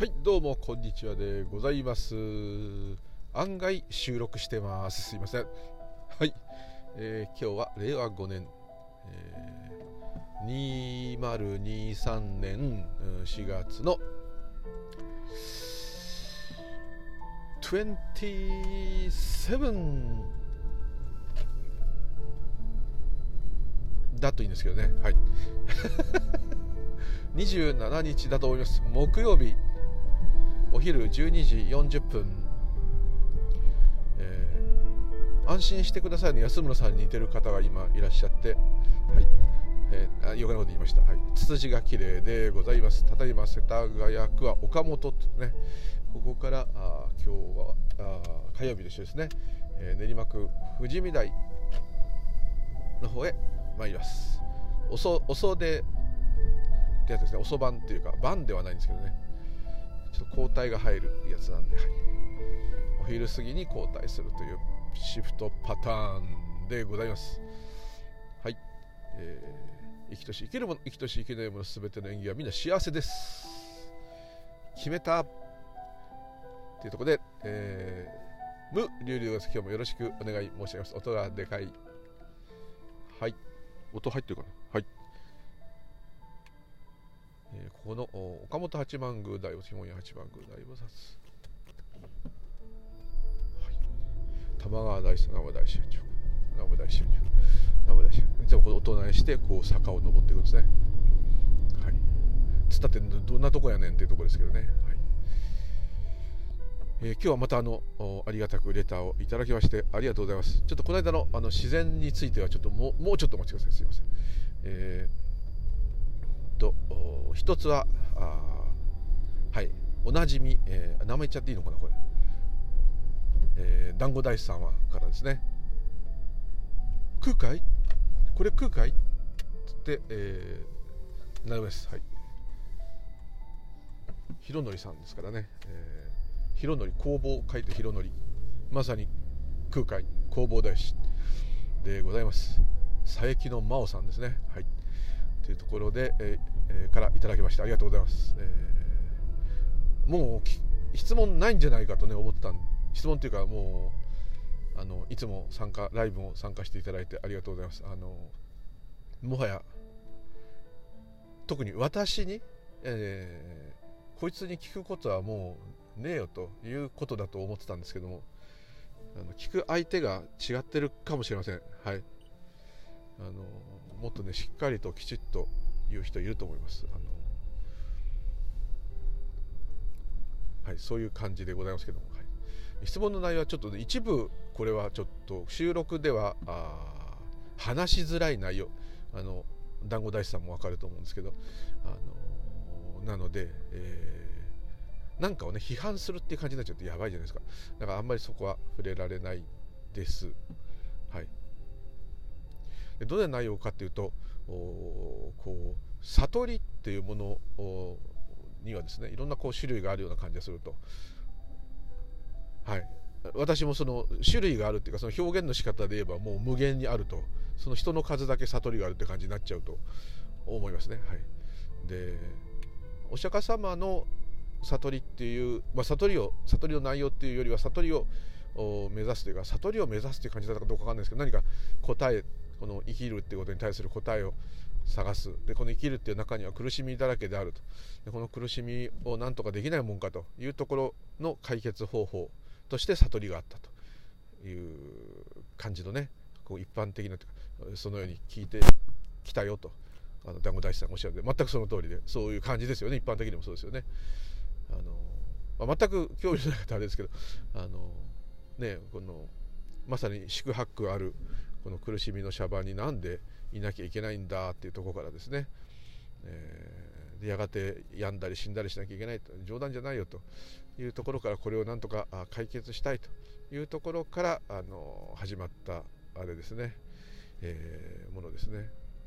はい、どうもこんにちはでございます。案外収録してます。すいません。はい、今日は令和5年、2023年4月の27だといいんですけどね。はい。27日だと思います。木曜日お昼12時40分、安心してくださいね。安村さんに似てる方が今いらっしゃって、はい、余計なこと言いました。はい、ツツジが綺麗でございます。ただいま世田谷区は岡本とね、ここから今日は火曜日でですね、練馬区富士見台の方へ参ります。おそでってやつですね。遅番っていうか番ではないんですけどね、ちょっと交代が入るやつなんで、はい、お昼過ぎに交代するというシフトパターンでございます。はい、生きとし生けるもの、生きとし生けないもの、すべての演技はみんな幸せです。決めたっていうところで、無流々です。今日もよろしくお願い申し上げます。音がでかい。はい、音入ってるかな。はい、ここの岡本八幡宮大菩薩、本屋八幡宮大菩薩、はい、玉川大師、南無大師、南無大師、南無大師、いつもこのお唱えしてこう坂を登っていくんですね。はい、つったってどんなとこやねんっていうところですけどね。はい、今日はまたありがたくレターをいただきましてありがとうございます。ちょっとこの間の自然についてはちょっともうちょっとお待ちください。すいません。一つははい、おなじみ、名前言っちゃっていいのかなこれ、団子大師さんからですね、食うかい、これ食うかいって言って、なるです。はい、広則さんですからね、広則、工房書いて広則、まさに空海工房大師でございます。佐伯の真央さんですね。はい、というところで、からいただきましてありがとうございます。もう質問ないんじゃないかとね思ってた質問というか、もういつもライブも参加していただいてありがとうございます。もはや特に私に、こいつに聞くことはもうねえよということだと思ってたんですけども、聞く相手が違ってるかもしれません。はい、もっとねしっかりときちっと言う人いると思います。はい、そういう感じでございますけども、はい、質問の内容はちょっと、ね、一部これはちょっと収録では話しづらい内容、団子大師さんも分かると思うんですけど、なので、なんかをね批判するっていう感じになっちゃってやばいじゃないですか。だからあんまりそこは触れられないです。はい、でどんな内容かっていうと、こう悟りっていうものにはですね、いろんなこう種類があるような感じがすると、はい、私もその種類があるっていうか、その表現の仕方で言えばもう無限にあると、その人の数だけ悟りがあるって感じになっちゃうと思いますね。はい、でお釈迦様の悟りっていう、悟りの内容っていうよりは悟りを目指すというか、悟りを目指すという感じだったかどうかわかんないですけど、何か答え、この生きるっていうことに対する答えを探す。でこの生きるっていう中には苦しみだらけであると。でこの苦しみを何とかできないもんかというところの解決方法として悟りがあったという感じのね、こう一般的なそのように聞いてきたよと団子大師さんがおっしゃるので、全くその通りで、そういう感じですよね。一般的にもそうですよね。全く興味のない方はあれですけど、ね、このまさに四苦八苦あるこの苦しみのシャバになんでいなきゃいけないんだっていうところからですね、やがて病んだり死んだりしなきゃいけないと、冗談じゃないよというところから、これをなんとか解決したいというところから始まったあれですね、ものですね。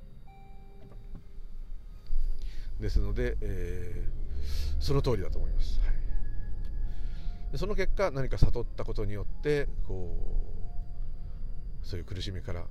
ですので、その通りだと思います。はい、でその結果何か悟ったことによってそういう苦しみから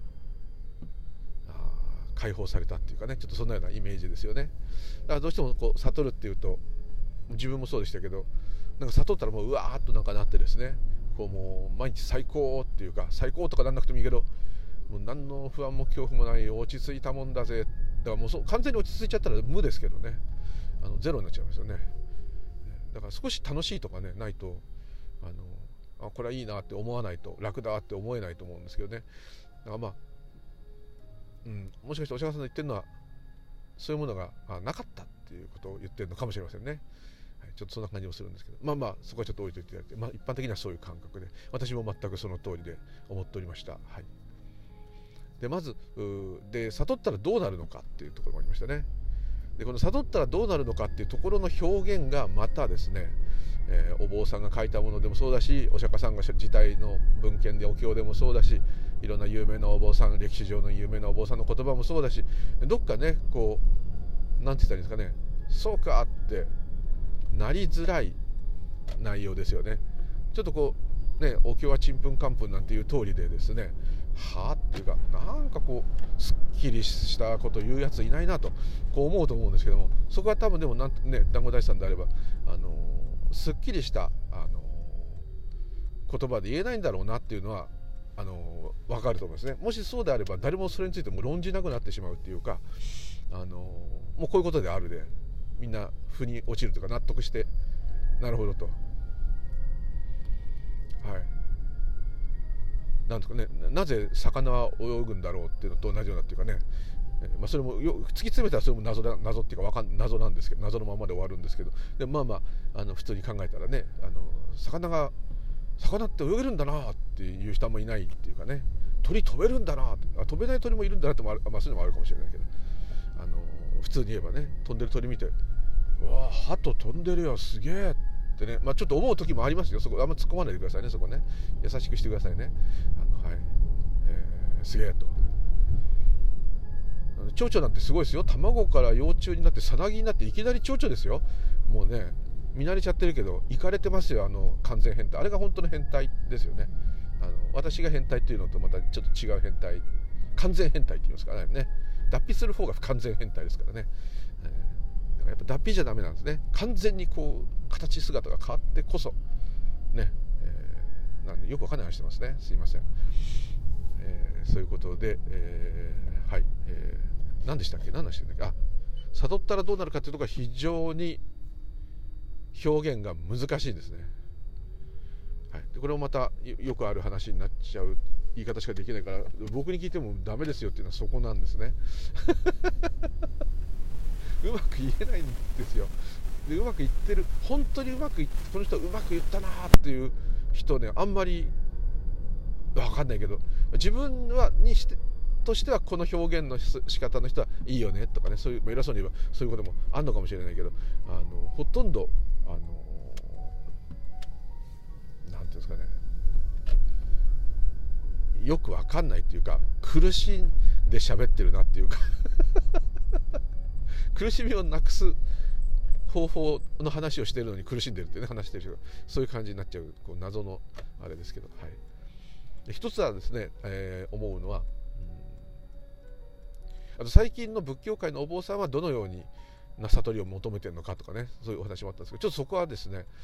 解放されたっていうかね、ちょっとそんなようなイメージですよね。だからどうしても悟るっていうと、 自分もそうでしたけど、なんか悟ったらもううわーっとなんかなってですね、こうもう毎日最高っていうか、最高とかなんなくてもいいけど、もう何の不安も恐怖もない落ち着いたもんだぜ。だからもう完全に落ち着いちゃったら無ですけどね、ゼロになっちゃいますよね。だから少し楽しいとかねないと、これはいいなって思わないと、楽だって思えないと思うんですけどね。だからまあ、もしかしてお釈迦さんの言ってるのはそういうものがなかったっていうことを言ってるのかもしれませんね。ちょっとそんな感じもするんですけど、まあそこはちょっと置いといていただいて、一般的にはそういう感覚で、私も全くその通りで思っておりました。でまずで悟ったらどうなるのかっていうところもありましたね。でこの悟ったらどうなるのかっていうところの表現がまたですね、お坊さんが書いたものでもそうだし、お釈迦さんが自体の文献でお経でもそうだし、いろんな有名なお坊さん、歴史上の有名なお坊さんの言葉もそうだし、どっかねこうなんて言ったらいいんですかね、そうかってなりづらい内容ですよね。ちょっとこうね、お経はちんぷんかんぷんなんていう通りでですね、はあっていうか、なんかこうすっきりしたこと言うやついないなとこう思うと思うんですけども、そこは多分でもなんね、団子大師さんであればすっきりした言葉で言えないんだろうなっていうのは分かると思いますね。もしそうであれば誰もそれについても論じなくなってしまうっていうか、もうこういうことであるでみんな腑に落ちるというか納得して、なるほどと、なんとかね、なぜ魚は泳ぐんだろうっていうのと同じようなっていうかね、それも突き詰めたらそれも謎っていうか謎なんですけど、謎のままで終わるんですけど、で普通に考えたらね、魚って泳げるんだなっていう人もいないっていうかね、鳥飛べるんだなって、飛べない鳥もいるんだなってもそういうのもあるかもしれないけど、普通に言えばね、飛んでる鳥見て、うわ鳩飛んでるよすげえってね、ちょっと思う時もありますよ。そこあんま突っ込まないでくださいね。そこね優しくしてくださいね。すげえと。蝶々なんてすごいですよ。卵から幼虫になってさなぎになっていきなり蝶々ですよ。もうね見慣れちゃってるけどイカれてますよ。完全変態、あれが本当の変態ですよね。私が変態っていうのとまたちょっと違う変態、完全変態って言いますからね。脱皮する方が完全変態ですからね。やっぱ脱皮じゃダメなんですね。完全にこう形姿が変わってこそね、なんでよくわかんない話してますね。すいません。そういうことで、何でしたっけ、何でしたっけ。悟ったらどうなるかというところが非常に表現が難しいですね。でこれもまたよくある話になっちゃう言い方しかできないから、僕に聞いてもダメですよっていうのはそこなんですね。うまく言えないんですよ。でうまくいってる、本当にこの人はうまく言ったなっていう人ね、あんまり分かんないけど、自分としてはこの表現の仕方の人はいいよねとかね、そういう偉そうに言えばそういうこともあるのかもしれないけど、ほとんどなんていうんですかね、よく分かんないっていうか、苦しんで喋ってるなっていうか苦しみをなくす方法の話をしているのに苦しんでるってね、話してる人がそういう感じになっちゃう、こう謎のあれですけど、一つはですね、思うのは、あと最近の仏教界のお坊さんはどのようにな悟りを求めてるのかとかね、そういうお話もあったんですけど、ちょっとそこはですね、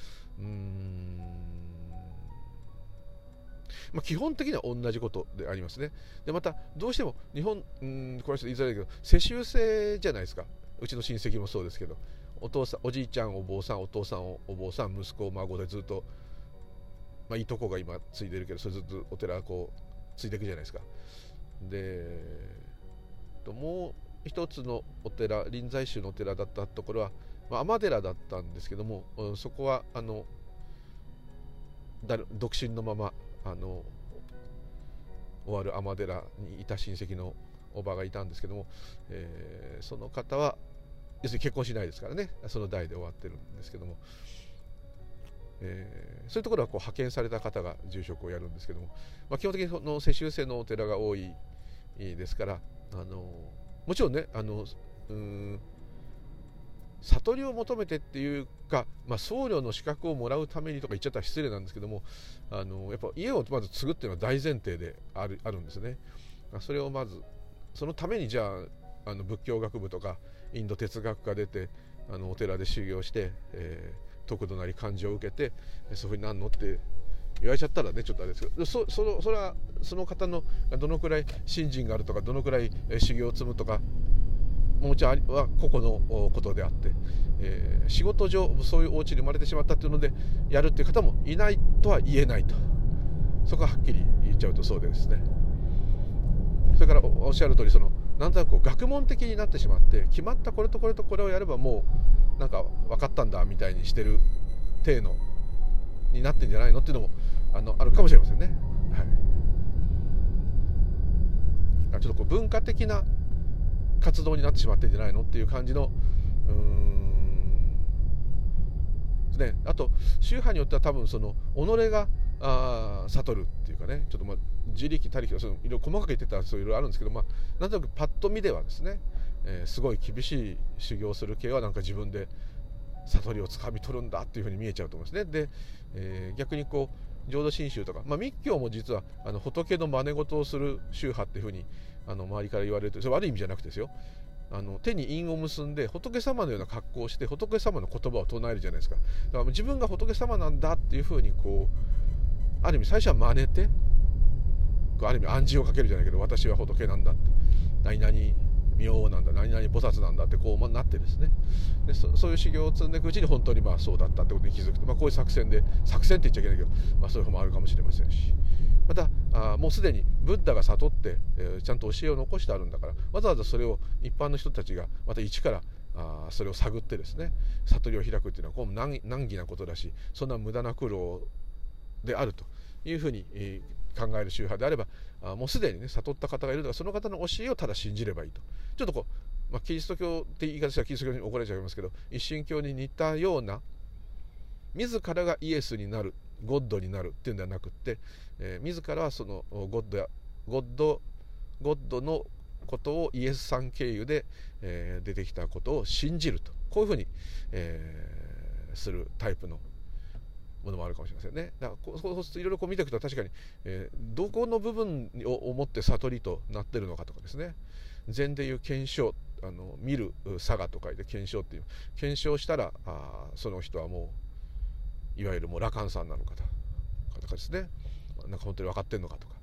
基本的には同じことでありますね。でまたどうしても日本、これはちょっと言いづらいけど世襲制じゃないですか。うちの親戚もそうですけど、お父さんおじいちゃんお坊さん、お父さんお坊さん、息子孫でずっと、いとこが今継いでるけど、それずっとお寺こう継いでいくじゃないですか。でもう一つのお寺、臨済宗のお寺だったところは、尼寺だったんですけども、そこは独身のまま終わる尼寺にいた親戚のおばがいたんですけども、その方は要するに結婚しないですからね、その代で終わってるんですけども、そういうところはこう派遣された方が住職をやるんですけども、基本的にその世襲制のお寺が多いですから、もちろんね悟りを求めてっていうか、僧侶の資格をもらうためにとか言っちゃったら失礼なんですけども、やっぱ家をまず継ぐっていうのは大前提であるんですね。それをまずそのためにじゃあ仏教学部とかインド哲学科出てお寺で修行して、得度なり感情を受けてそういうふうになんのって言われちゃったらねちょっとあれですけど、それはその方のどのくらい信心があるとかどのくらい修行を積むとかもちろんは個々のことであって、仕事上そういうお家に生まれてしまったというのでやるっていう方もいないとは言えないと、そこははっきり言っちゃうとそうですね。それからおっしゃる通りなんとなく学問的になってしまって決まったこれとこれとこれをやればもうなんか分かったんだみたいにしてる体のになってんじゃないのっていうのもあるかもしれませんね。はい、ちょっと文化的な活動になってしまってんじゃないのっていう感じのね。あと宗派によっては多分己が悟るっていうかね、ちょっと自力他力いろいろ細かく言ってたらそういろいろあるんですけど、なんとなくパッと見ではですね、すごい厳しい修行する系はなんか自分で悟りをつかみ取るんだっていうふうに見えちゃうと思うんですね。で、逆に浄土真宗とか、密教も実は仏の真似事をする宗派っていうふうに周りから言われると、それ悪い意味じゃなくてですよ、手に印を結んで仏様のような格好をして仏様の言葉を唱えるじゃないですか。だから自分が仏様なんだっていうふうにある意味最初は真似てある意味暗示をかけるじゃないけど、私は仏なんだって、何々明王なんだ、何々菩薩なんだってなってですね、でそういう修行を積んでいくうちに本当にそうだったってことに気づくと、こういう作戦って言っちゃいけないけど、そういう方もあるかもしれませんし、またもうすでにブッダが悟って、ちゃんと教えを残してあるんだから、わざわざそれを一般の人たちがまた一からそれを探ってですね悟りを開くっていうのは難儀なことだし、そんな無駄な苦労であるというふうに考える宗派であれば、もうすでにね悟った方がいるから、その方の教えをただ信じればいいと。ちょっとキリスト教って言い方したらキリスト教に怒られちゃいますけど、一神教に似たような、自らがイエスになるゴッドになるっていうんではなくって、自らはそのゴッドのことをイエスさん経由で、出てきたことを信じると、こういうふうに、するタイプのものもあるかもしれませんね。だからそうするといろいろ見ていくと確かに、どこの部分をもって悟りとなっているのかとかですね、禅でいう検証、見る佐賀と書いて検証っていう、検証したらその人はもういわゆるもう羅漢さんなのかとかですね、なんか本当に分かってんのかとか、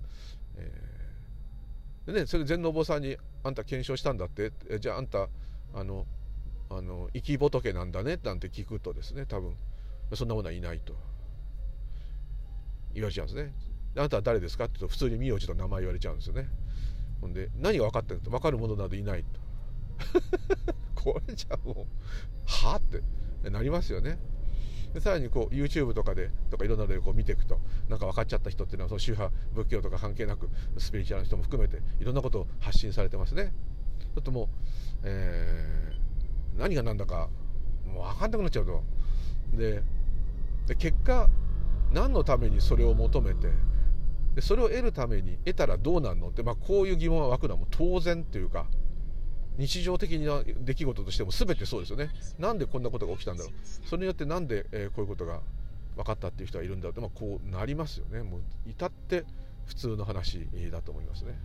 でね、それ禅のお坊さんにあんた検証したんだって、じゃああんた生き仏なんだねなんて聞くとですね、多分そんなものはいないと言われちゃうんですね。あなたは誰ですかって言うと普通に名字と名前言われちゃうんですよね。ほんで何が分かってるのと、分かるものなどいないとこれじゃもうはってなりますよね。でさらにYouTube とかいろんなので見ていくと、なんか分かっちゃった人っていうのはその宗派仏教とか関係なくスピリチュアルの人も含めていろんなことを発信されてますね。ちょっともう、何が何だかもう分かんなくなっちゃうと、で結果何のためにそれを求めて、でそれを得るために得たらどうなるのって、こういう疑問が湧くのはもう当然っていうか、日常的な出来事としても全てそうですよね。なんでこんなことが起きたんだろう、それによってなんで、こういうことが分かったっていう人がいるんだろうって、こうなりますよね。もう至って普通の話だと思いますね。はい、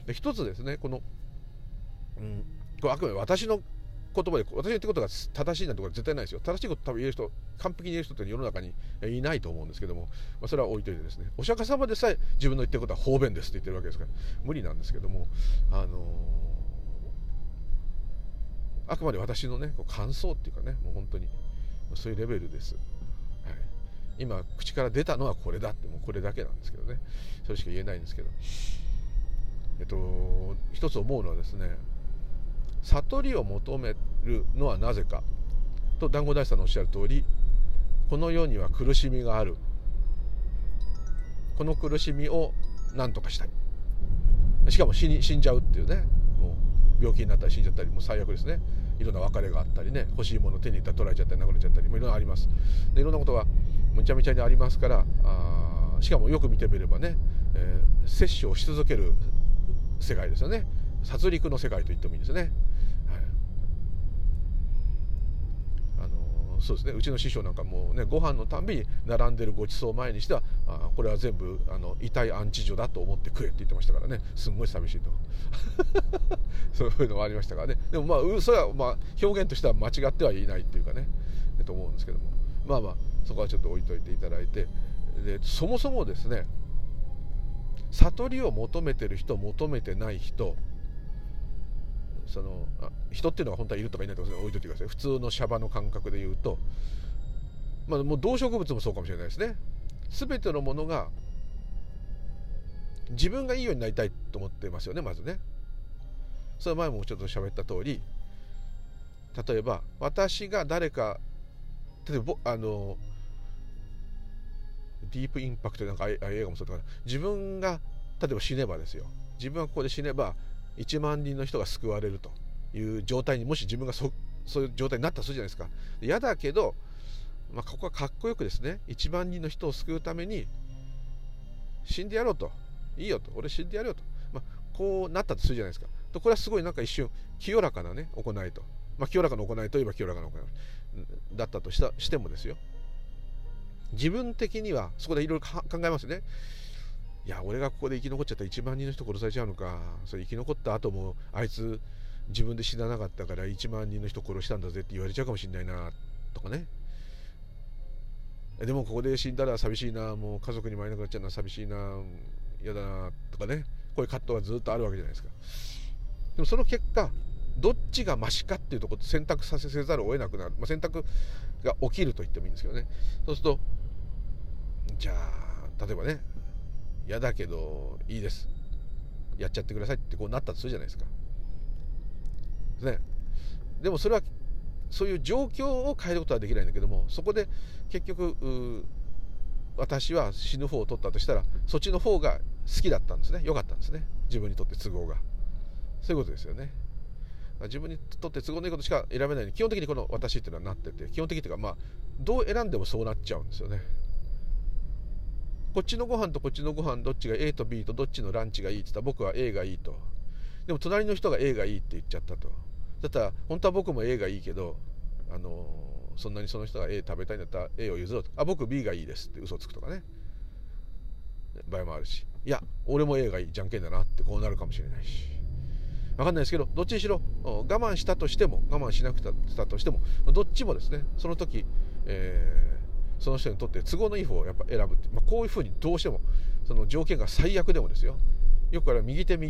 で一つですね、これあくまで私の言葉で、私が言ってることが正しいなんてことは絶対ないですよ。正しいこと多分言える人、完璧に言える人って世の中にいないと思うんですけども、それは置いといてですね、お釈迦様でさえ自分の言ってることは方便ですって言ってるわけですから無理なんですけども、あくまで私のね感想っていうかね、もう本当にそういうレベルです。はい、今口から出たのはこれだって、もうこれだけなんですけどね、それしか言えないんですけど、一つ思うのはですね、悟りを求めるのはなぜかと、団子大師さんのおっしゃる通り、この世には苦しみがある、この苦しみを何とかしたい、しかも死んじゃうっていうね、もう病気になったり死んじゃったり、もう最悪ですね。いろんな別れがあったりね、欲しいものを手に入れたら取られちゃったり殴れちゃったり、もういろんなあります。でいろんなことがむちゃむちゃにありますから、しかもよく見てみればね、摂取をし続ける世界ですよね。殺戮の世界と言ってもいいですね。はい、 そうですね、うちの師匠なんかもうね、ご飯のたんびに並んでるごちそうを前にしては、これは全部遺体安置所だと思って食えって言ってましたからね。すんごい寂しいとそういうのがありましたからね。でもまあそれはまあ表現としては間違ってはいないっていうかね、と思うんですけども、まあまあそこはちょっと置いといていただいて、でそもそもですね、悟りを求めてる人、求めてない人、その人っていうのが本当はいるとかいないとか置いといてください。普通のシャバの感覚で言うと、まあ、もう動植物もそうかもしれないですね。全てのものが自分がいいようになりたいと思ってますよね、まずね。それ前もちょっと喋った通り、例えば私が誰か、例えばディープインパクトなんか映画もそうだから、自分が例えば死ねばですよ、自分がここで死ねば1万人の人が救われるという状態に、もし自分がそういう状態になったとするじゃないですか。嫌だけど、まあ、ここはかっこよくですね、1万人の人を救うために死んでやろうと、いいよと、俺死んでやろうと、まあ、こうなったとするじゃないですか。とこれはすごいなんか一瞬清らかなね行いと、まあ、清らかな行いといえば清らかな行いだったとしてもですよ、自分的にはそこでいろいろ考えますね。いや、俺がここで生き残っちゃったら1万人の人殺されちゃうのか、それ生き残った後もあいつ自分で死ななかったから1万人の人殺したんだぜって言われちゃうかもしれないなとかね。でもここで死んだら寂しいな、もう家族にも会えなくなっちゃうのは寂しいな、嫌だなとかね、こういう葛藤がずっとあるわけじゃないですか。でもその結果どっちがマシかっていうところ選択させざるを得なくなる、まあ、選択が起きると言ってもいいんですけどね。そうするとじゃあ例えばね、嫌だけどいいです、やっちゃってくださいってこうなったとするじゃないですか。ね、でもそれはそういう状況を変えることはできないんだけども、そこで結局私は死ぬ方を取ったとしたら、そっちの方が好きだったんですね、良かったんですね、自分にとって都合が。そういうことですよね。自分にとって都合のいいことしか選べないように基本的にこの私っていうのはなってて、基本的っていうか、まあどう選んでもそうなっちゃうんですよね。こっちのご飯とこっちのご飯どっちが A と B とどっちのランチがいいって言ったら僕は A がいいと。でも隣の人が A がいいって言っちゃったと。だったら本当は僕も A がいいけど、そんなにその人が A 食べたいんだったら A を譲ろうと。僕 B がいいですって嘘つくとかね、場合もあるし、いや俺も A がいい、じゃんけんだなってこうなるかもしれないし、分かんないですけど、どっちにしろ我慢したとしても我慢しなくしたとしても、どっちもですね、その時、その人にとって都合のいい方をやっぱ選ぶって、まあ、こういうふうにどうしてもその条件が最悪でもですよ、よくから右手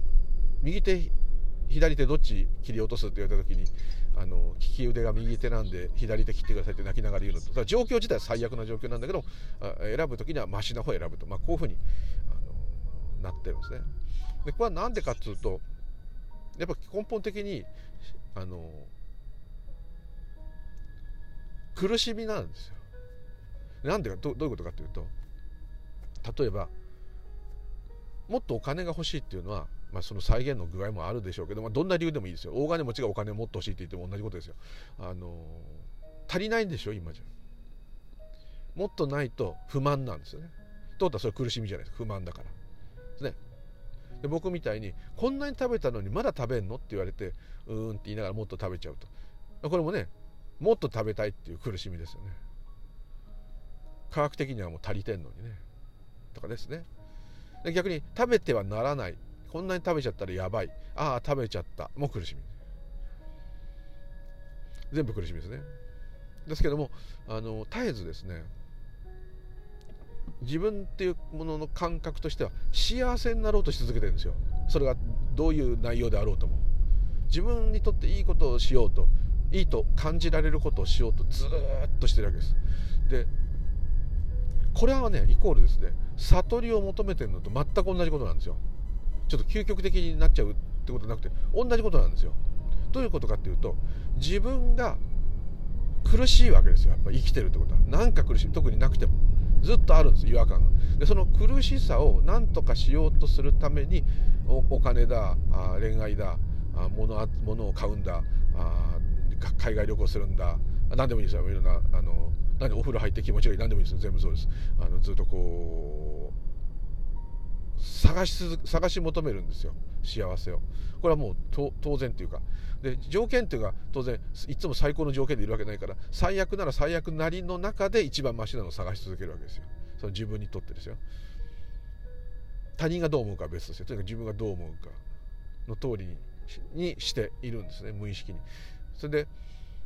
左手どっち切り落とすって言われた時に、利き腕が右手なんで左手切ってくださいって泣きながら言うのと、だから状況自体は最悪な状況なんだけど、選ぶ時にはマシな方を選ぶと、まあ、こういうふうになってるんですね。でこれはなんでかっていうと、やっぱ根本的に苦しみなんですよ。なんでか、どういうことかというと、例えばもっとお金が欲しいっていうのは、まあ、その再現の具合もあるでしょうけど、まあ、どんな理由でもいいですよ。大金持ちがお金をもっと欲しいって言っても同じことですよ。足りないんでしょ今じゃ。もっとないと不満なんですよね。ということはそれ苦しみじゃないですか、不満だからですね。で僕みたいにこんなに食べたのにまだ食べんのって言われて、って言いながらもっと食べちゃうと、これもね、もっと食べたいっていう苦しみですよね。科学的にはもう足りてんのにねとかですね。で逆に食べてはならない、こんなに食べちゃったらやばい、食べちゃった、もう苦しみ、全部苦しみですね。ですけども絶えずですね、自分っていうものの感覚としては幸せになろうとし続けてるんですよ。それがどういう内容であろうとも、自分にとっていいことをしようと、いいと感じられることをしようとずっとしてるわけです。でこれはねイコールですね、悟りを求めてるのと全く同じことなんですよ。ちょっと究極的になっちゃうってことじゃなくて同じことなんですよ。どういうことかっていうと、自分が苦しいわけですよ。やっぱ生きてるってことはなんか苦しい、特になくてもずっとあるんです、違和感が。でその苦しさを何とかしようとするために お金だ、恋愛だ、物を買うんだ、海外旅行するんだ、何でもいいですよ。いろんなお風呂入って気持ちがいい、何でもいいですよ。全部そうです。ずっとこう探し求めるんですよ。 幸せを。これはもう当然というか、で条件というか当然いつも最高の条件でいるわけないから、最悪なら最悪なりの中で一番マシなのを探し続けるわけですよ。その自分にとってですよ。他人がどう思うかは別ですよ。とにかく自分がどう思うかの通りにしているんですね、無意識に。それで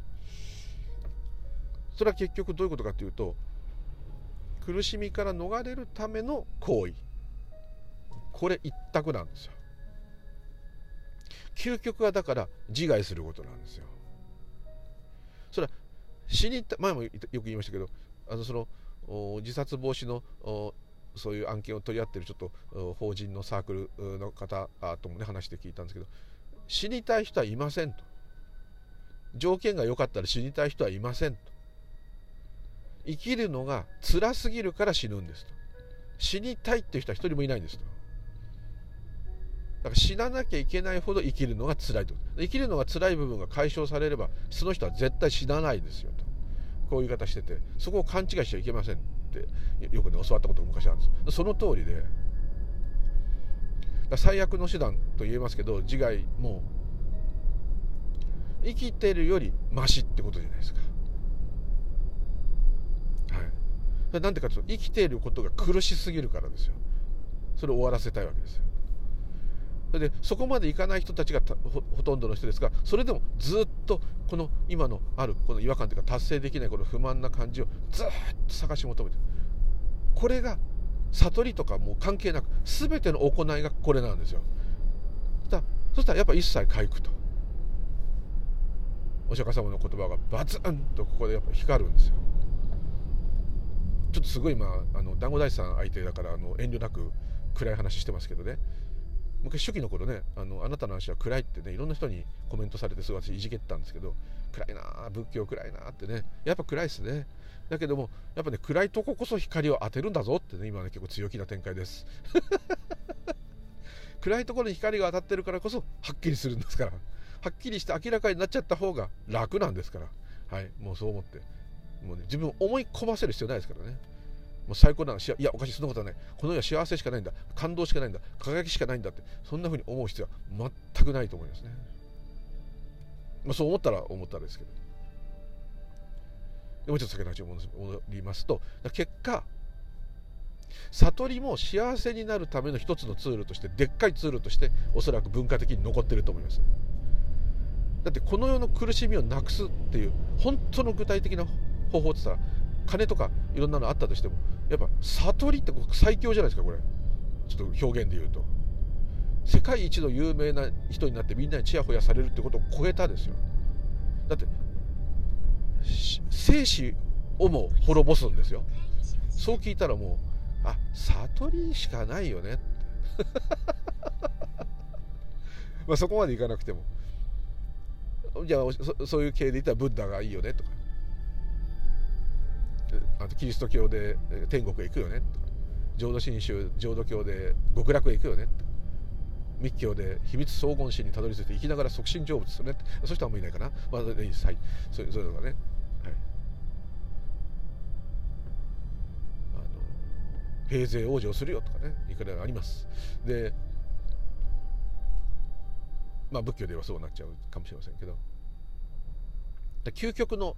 それは結局どういうことかというと、苦しみから逃れるための行為、これ一択なんですよ。究極はだから自害することなんですよ。それは死にた前もよく言いましたけど、その自殺防止のそういう案件を取り合ってるちょっと法人のサークルの方ともね話して聞いたんですけど、死にたい人はいませんと。条件が良かったら死にたい人はいませんと。生きるのが辛すぎるから死ぬんですと。死にたいっていう人は一人もいないんですと。だから死ななきゃいけないほど生きるのが辛いと。生きるのが辛い部分が解消されればその人は絶対死なないですよと、こういう言い方してて、そこを勘違いしちゃいけませんってよくね教わったことが昔あるんです。その通りで、最悪の手段と言えますけど、自害も生きてるよりマシってことじゃないですか。はい。なんでかというと、生きていることが苦しすぎるからですよ。それを終わらせたいわけですよ。それでそこまでいかない人たちが ほとんどの人ですが、それでもずっとこの今のあるこの違和感というか達成できないこの不満な感じをずっと探し求めてる。これが悟りとかもう関係なく全ての行いがこれなんですよ。そしたらやっぱ一切回復と、お釈迦様の言葉がバツンとここでやっぱ光るんですよ。ちょっとすごい今団子大師さん相手だから遠慮なく暗い話してますけどね、昔初期の頃ね、あなたの話は暗いってね、いろんな人にコメントされて、すごい私いじけてたんですけど、暗いな、仏教暗いなってね、やっぱ暗いですね。だけどもやっぱね、暗いとここそ光を当てるんだぞってね、今ね結構強気な展開です暗いところに光が当たってるからこそはっきりするんですから、はっきりして明らかになっちゃった方が楽なんですから、はい、もうそう思って、もうね、自分を思い込ませる必要ないですからね。もう最高なの、いやおかしい、そんなことはない、この世は幸せしかないんだ、感動しかないんだ、輝きしかないんだって、そんな風に思う必要は全くないと思いますね。そう思ったらですけど、もうちょっと先の話に戻りますと、結果悟りも幸せになるための一つのツールとして、でっかいツールとしておそらく文化的に残っていると思います。だってこの世の苦しみをなくすっていう本当の具体的な方法って言ったら、金とかいろんなのあったとしても、やっぱ悟りって最強じゃないですか。これちょっと表現で言うと、世界一の有名な人になってみんなにチヤホヤされるってことを超えたですよ。だって生死をも滅ぼすんですよ。そう聞いたらもう悟りしかないよねってそこまでいかなくても、じゃあそういう系で言ったらブッダがいいよねとか、キリスト教で天国へ行くよねとか、浄土真宗浄土教で極楽へ行くよねとか、密教で秘密荘厳心にたどり着いて生きながら即身成仏するねって、そういう人はあんまりいないかな、いいです、はい、そういうのがね、はい、平勢往生するよとかね、いくらあります。で仏教ではそうなっちゃうかもしれませんけど、究極の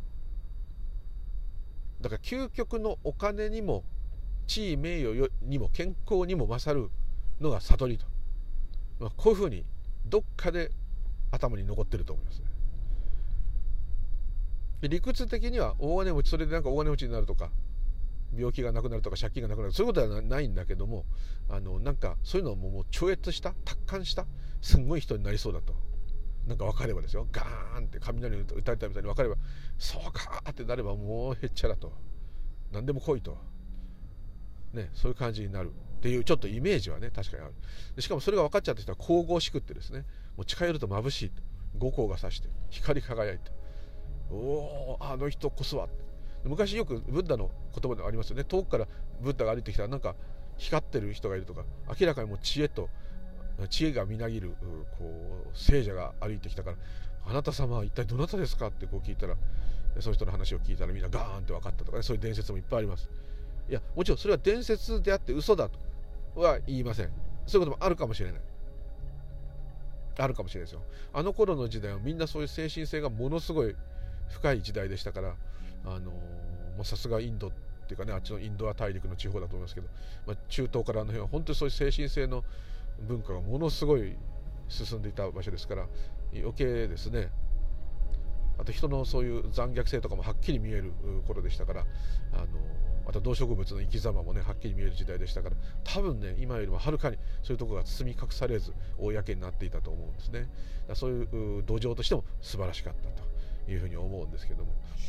お金にも地位名誉にも健康にも勝るのが悟りと、こういうふうにどっかで頭に残ってると思いますね。理屈的には大金持ち、それでなんか大金持ちになるとか、病気がなくなるとか借金がなくなる、そういうことはないんだけども、なんかそういうのをもう超越した達観したすんごい人になりそうだと、なんか分かればですよ、ガーンって雷に打たれたみたいに分かれば、そうかってなればもうへっちゃらと、何でも来いとね、そういう感じになるっていうちょっとイメージはね確かにある。でしかもそれが分かっちゃった人は神々しくってですね、もう近寄ると眩しい、五光が差して光り輝いて、おおあの人こそは。昔よくブッダの言葉でありますよね。遠くからブッダが歩いてきたらなんか光ってる人がいるとか、明らかにもう知恵がみなぎる聖者が歩いてきたから、あなた様は一体どなたですかって聞いたら、その人の話を聞いたらみんなガーンって分かったとかね、そういう伝説もいっぱいあります。いやもちろんそれは伝説であって嘘だとは言いません。そういうこともあるかもしれない。 あるかもしれないですよ。あの頃の時代はみんなそういう精神性がものすごい深い時代でしたから、さすがインドっていうかね、あっちのインドア大陸の地方だと思いますけど、中東からあの辺は本当にそういう精神性の文化がものすごい進んでいた場所ですから、余計ですね。あと人のそういう残虐性とかもはっきり見える頃でしたから、あと動植物の生き様もねはっきり見える時代でしたから、多分ね今よりもはるかにそういうところが包み隠されず公になっていたと思うんですね。だからそういう土壌としても素晴らしかったというふうに思うんですけども、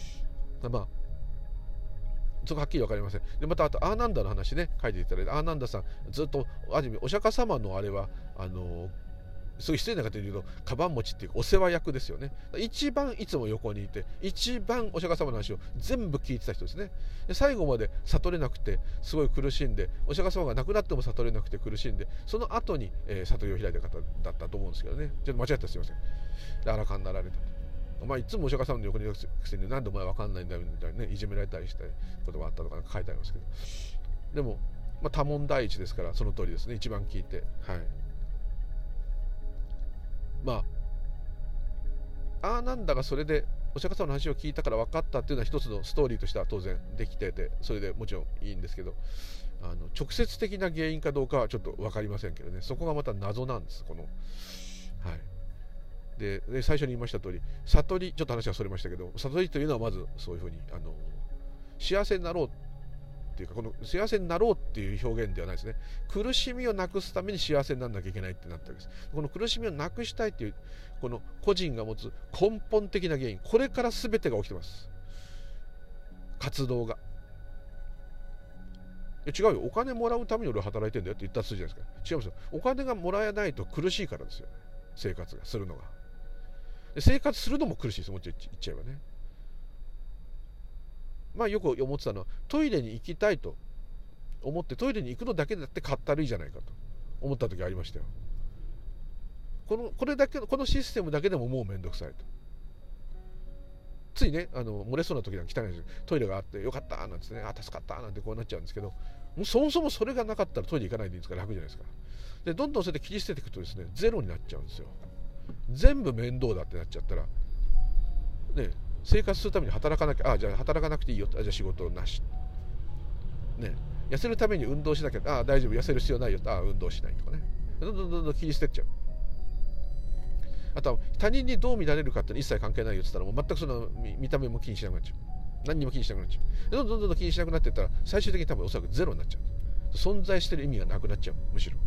そこはっきり分かりません。でまたあとアーナンダの話ね書いていただいて、アーナンダさんずっとある意味お釈迦様のあれはそういう失礼な方で言うとカバン持ちっていうお世話役ですよね。一番いつも横にいて一番お釈迦様の話を全部聞いてた人ですね。で最後まで悟れなくてすごい苦しんで、お釈迦様が亡くなっても悟れなくて苦しんで、その後に、悟りを開いた方だったと思うんですけどね。ちょっと間違ったらすいません。であらかになられたと。お前いつもお釈迦様の横にいるくせになんでお前分かんないんだよみたいなね、いじめられたりしたことがあったとか書いてありますけど、でも、多聞第一ですからその通りですね。一番聞いて、はい。アーナンダがそれでお釈迦様の話を聞いたから分かったっていうのは一つのストーリーとしては当然できてて、それでもちろんいいんですけど、直接的な原因かどうかはちょっと分かりませんけどね。そこがまた謎なんです、この。はい。で最初に言いました通り、悟り、ちょっと話はそれましたけど、悟りというのはまずそういうふうに幸せになろうっていうか、この幸せになろうっていう表現ではないですね。苦しみをなくすために幸せにならなきゃいけないってなったわけです。この苦しみをなくしたいっていうこの個人が持つ根本的な原因、これから全てが起きてます。活動が。違うよ、お金もらうために俺は働いてんだよって言ったらするじゃないですか。違いますよ。お金がもらえないと苦しいからですよ。生活がするのが。で生活するのも苦しいです。もう言っちゃえばね。よく思ってたのは、トイレに行きたいと思ってトイレに行くのだけだってかったるいじゃないかと思った時ありましたよ。これだけこのシステムだけでももうめんどくさいと。ついね漏れそうな時なんか汚いです。トイレがあってよかったなんてね、助かったなんてこうなっちゃうんですけど、もうそもそもそれがなかったらトイレ行かないでいいんですから楽じゃないですか。でどんどんそれで切り捨てていくとですね、ゼロになっちゃうんですよ。全部面倒だってなっちゃったらね、生活するために働かなきゃ、じゃあ働かなくていいよ、じゃあ仕事なしね、痩せるために運動しなきゃ、大丈夫、痩せる必要ないよ、運動しないとかね、どんどん切り捨てっちゃう。あとは他人にどう見られるかって一切関係ないよって言ったら、もう全くその見た目も気にしなくなっちゃう。何にも気にしなくなっちゃう。どんどん気にしなくなっていったら、最終的に多分おそらくゼロになっちゃう。存在してる意味がなくなっちゃう。むしろ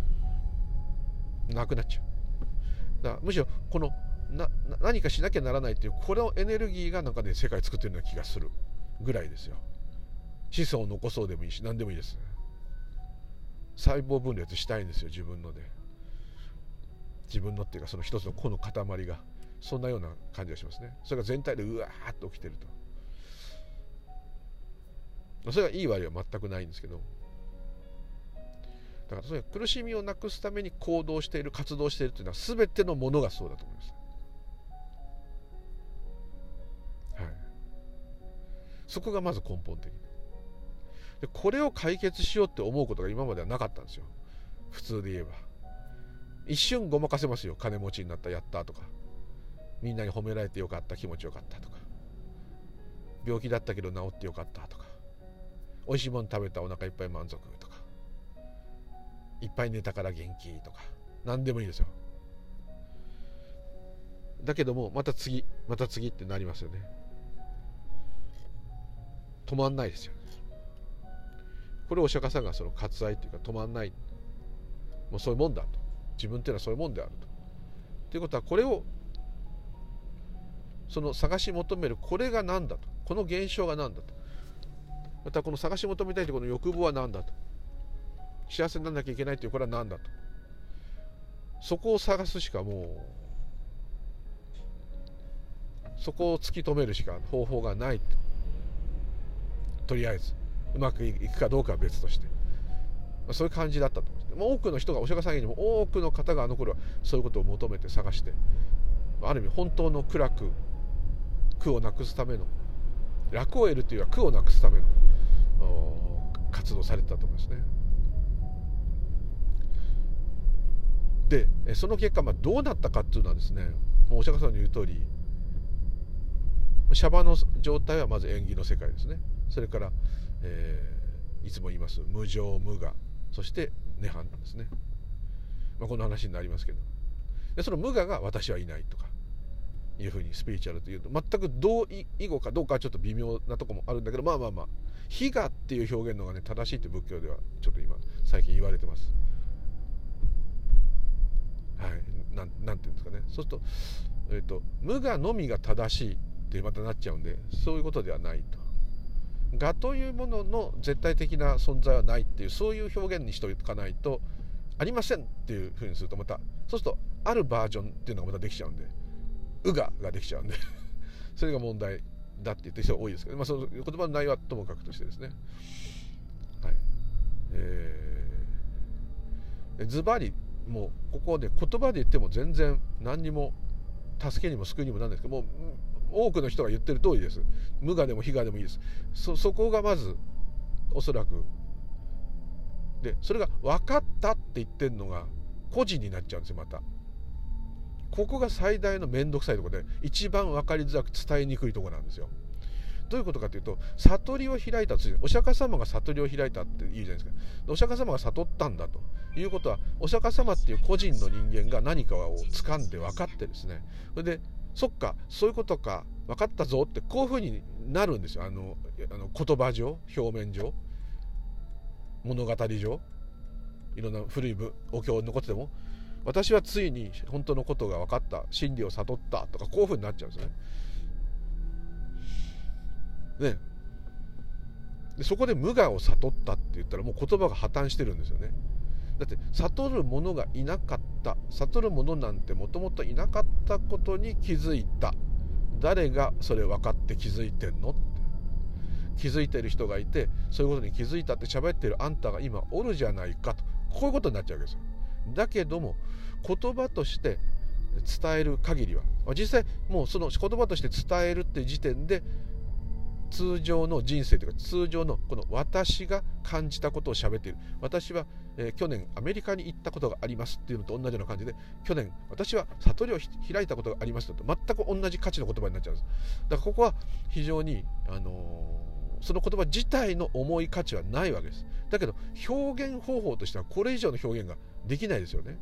なくなっちゃう。だからむしろこの何かしなきゃならないっていうこのエネルギーがなんかね世界作ってるような気がするぐらいですよ。子孫を残そうでもいいし何でもいいです。細胞分裂したいんですよ、自分ので。自分のっていうかその一つの個の塊が、そんなような感じがしますね。それが全体でうわーっと起きてると。それがいい悪いは全くないんですけど、だからそれ苦しみをなくすために行動している活動しているというのは全てのものがそうだと思います。はい、そこがまず根本的で、これを解決しようって思うことが今まではなかったんですよ。普通で言えば一瞬ごまかせますよ。金持ちになった、やったとか、みんなに褒められてよかった、気持ちよかったとか、病気だったけど治ってよかったとか、おいしいもの食べた、お腹いっぱい満足とか、いっぱい寝たから元気とか、何でもいいですよ。だけどもまた次ってなりますよね。止まんないですよ。これをお釈迦さんがその割愛というか止まんない、もうそういうもんだと、自分っていうのはそういうもんであるということは、これをその探し求めるこれが何だと、この現象が何だと、またこの探し求めたいというこの欲望は何だと、幸せにならなきゃいけないというこれは何だと、そこを探すしかもうそこを突き止めるしか方法がないと。とりあえずうまくいくかどうかは別として、そういう感じだったと思います。多くの人が、お釈迦さんにも多くの方があの頃はそういうことを求めて探して、ある意味本当の苦をなくすための、楽を得るというよりは苦をなくすための活動をされてたと思いますね。 でその結果、どうなったかっていうのはですね、もうお釈迦様の言う通り、シャバの状態はまず縁起の世界ですね。それから、いつも言います無常無我、そして涅槃なんですね。この話になりますけど、でその無我が私はいないとかいうふうにスピリチュアルというと全く同意語かどうかはちょっと微妙なところもあるんだけど、非我っていう表現のがね正しいって仏教ではちょっと今最近言われてます。はい、なんていうんですかね。そうすると、無我のみが正しいってまたなっちゃうんで、そういうことではないと。我というものの絶対的な存在はないっていう、そういう表現にしておかないと、ありませんっていうふうにすると、またそうするとあるバージョンっていうのがまたできちゃうんで、うができちゃうんでそれが問題だって言ってる人が多いですけど、その言葉の内容はともかくとしてですね、はい、ズバリもうここで言葉で言っても全然何にも助けにも救いにもならないですけど、もう多くの人が言ってる通りです。無我でも非我でもいいです。そこがまずおそらくで、それが分かったって言ってるのが個人になっちゃうんですよ。またここが最大の面倒くさいところで、一番分かりづらく伝えにくいところなんですよ。どういうことかというと、悟りを開いたと、お釈迦様が悟りを開いたって言うじゃないですか。お釈迦様が悟ったんだということは、お釈迦様っていう個人の人間が何かを掴んで分かってですね、それでそっかそういうことか分かったぞってこういうふうになるんですよ。言葉上、表面上、物語上、いろんな古いお経に残ってても、私はついに本当のことが分かった、真理を悟ったとか、こういうふうになっちゃうんですね。でそこで無我を悟ったって言ったら、もう言葉が破綻してるんですよね。だって悟る者がいなかった、悟る者なんてもともといなかったことに気づいた。誰がそれ分かって気づいてんのって、気づいてる人がいて、そういうことに気づいたって喋ってるあんたが今おるじゃないかと、こういうことになっちゃうわけですよ。だけども言葉として伝える限りは、実際もうその言葉として伝えるっていう時点で、通常の人生というか、通常のこの私が感じたことを喋っている。私は、去年アメリカに行ったことがありますっていうのと同じような感じで、去年私は悟りを開いたことがありますと全く同じ価値の言葉になっちゃうんです。だからここは非常に、その言葉自体の重い価値はないわけです。だけど表現方法としてはこれ以上の表現ができないですよね。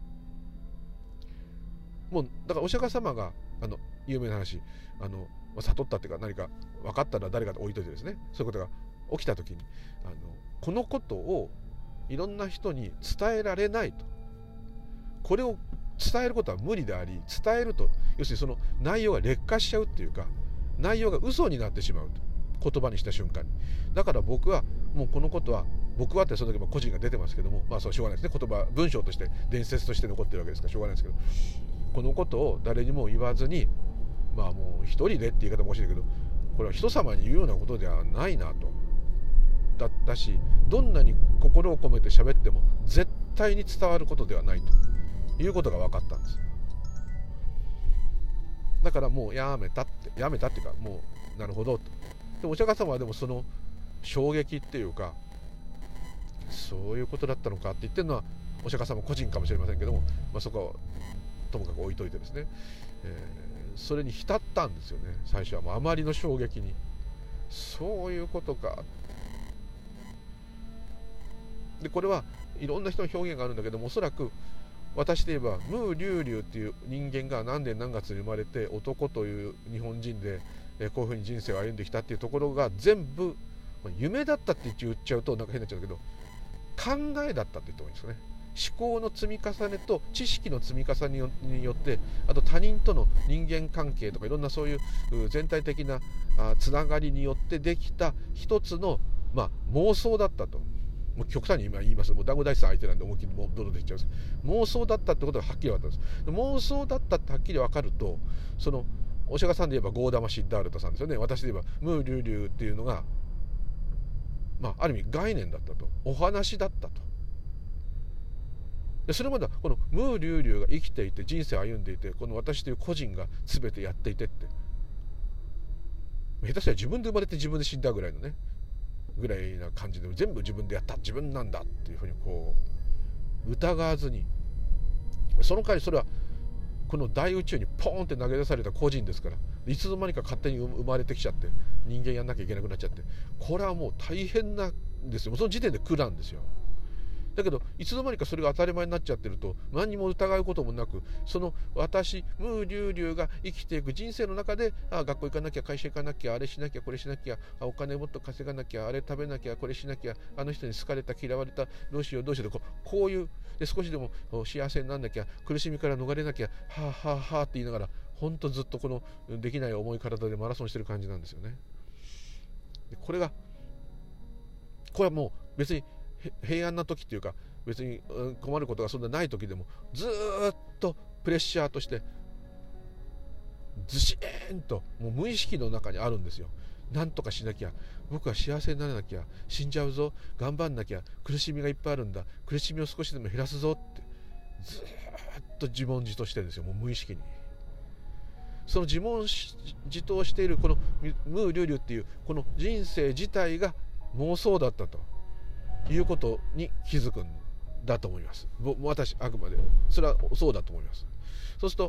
もうだからお釈迦様が有名な話、悟ったっていうか、何か分かったら誰かと置いといてですね、そういうことが起きた時にこのことをいろんな人に伝えられないと、これを伝えることは無理であり、伝えると要するにその内容が劣化しちゃうっていうか、内容が嘘になってしまうと、言葉にした瞬間に。だから僕はもうこのことは、僕はってその時も個人が出てますけども、そうしょうがないですね。言葉文章として伝説として残ってるわけですからしょうがないですけど、このことを誰にも言わずに、もう一人でって言い方も欲しいけど、これは人様に言うようなことではないなと。だし、どんなに心を込めて喋っても絶対に伝わることではないということが分かったんです。だからもうやめたっていうか、もうなるほどと。でお釈迦様はでもその衝撃っていうか、そういうことだったのかって言ってるのはお釈迦様個人かもしれませんけども、そこはともかく置いといてですね、それに浸ったんですよね。最初はもうあまりの衝撃に、そういうことか。でこれはいろんな人の表現があるんだけども、おそらく私で言えばムー・リュウリュウっていう人間が何年何月に生まれて、男という日本人でこういうふうに人生を歩んできたっていうところが全部夢だったって言っちゃうとなんか変になっちゃうけど、考えだったって言ってもいいですよね。思考の積み重ねと知識の積み重ねによって、あと他人との人間関係とかいろんなそういう全体的なつながりによってできた一つの、妄想だったと。もう極端に今言います。もう団子大師さん相手なんで思いっきりもうどんどんできちゃうんです。妄想だったってことがはっきり分かったんです。妄想だったってはっきり分かると、そのお釈迦さんで言えばゴーダマ・シッダールタさんですよね。私で言えばムー・リュウリュウっていうのが、ある意味概念だったと、お話だったと。でそれまではこのムー・リュウリュウが生きていて人生を歩んでいて、この私という個人が全てやっていてって、下手したら自分で生まれて自分で死んだぐらいのね、ぐらいな感じで全部自分でやった、自分なんだっていうふうにこう疑わずにその代わりそれはこの大宇宙にポーンって投げ出された個人ですから、いつの間にか勝手に生まれてきちゃって人間やんなきゃいけなくなっちゃって、これはもう大変なんですよ。その時点で苦なんですよ。だけどいつの間にかそれが当たり前になっちゃってると、何にも疑うこともなく、その私ムーリュウリュウが生きていく人生の中で、学校行かなきゃ、会社行かなきゃ、あれしなきゃ、これしなきゃ、お金もっと稼がなきゃ、あれ食べなきゃ、これしなきゃ、あの人に好かれた、嫌われた、どうしようどうしようと、こういうで少しでも幸せになんなきゃ、苦しみから逃れなきゃ、はあはあはあって言いながら、本当ずっとこのできない重い体でマラソンしてる感じなんですよね。でこれはもう別に平安な時っていうか、別に困ることがそんなない時でも、ずっとプレッシャーとしてずしーんともう無意識の中にあるんですよ。なんとかしなきゃ、僕は幸せにならなきゃ、死んじゃうぞ、頑張んなきゃ、苦しみがいっぱいあるんだ、苦しみを少しでも減らすぞってずっと自問自答してるんですよ。もう無意識にその自問自答しているこのムーリュウリュウっていうこの人生自体が妄想だったということに気づくんだと思います。私あくまでそれはそうだと思います。そうすると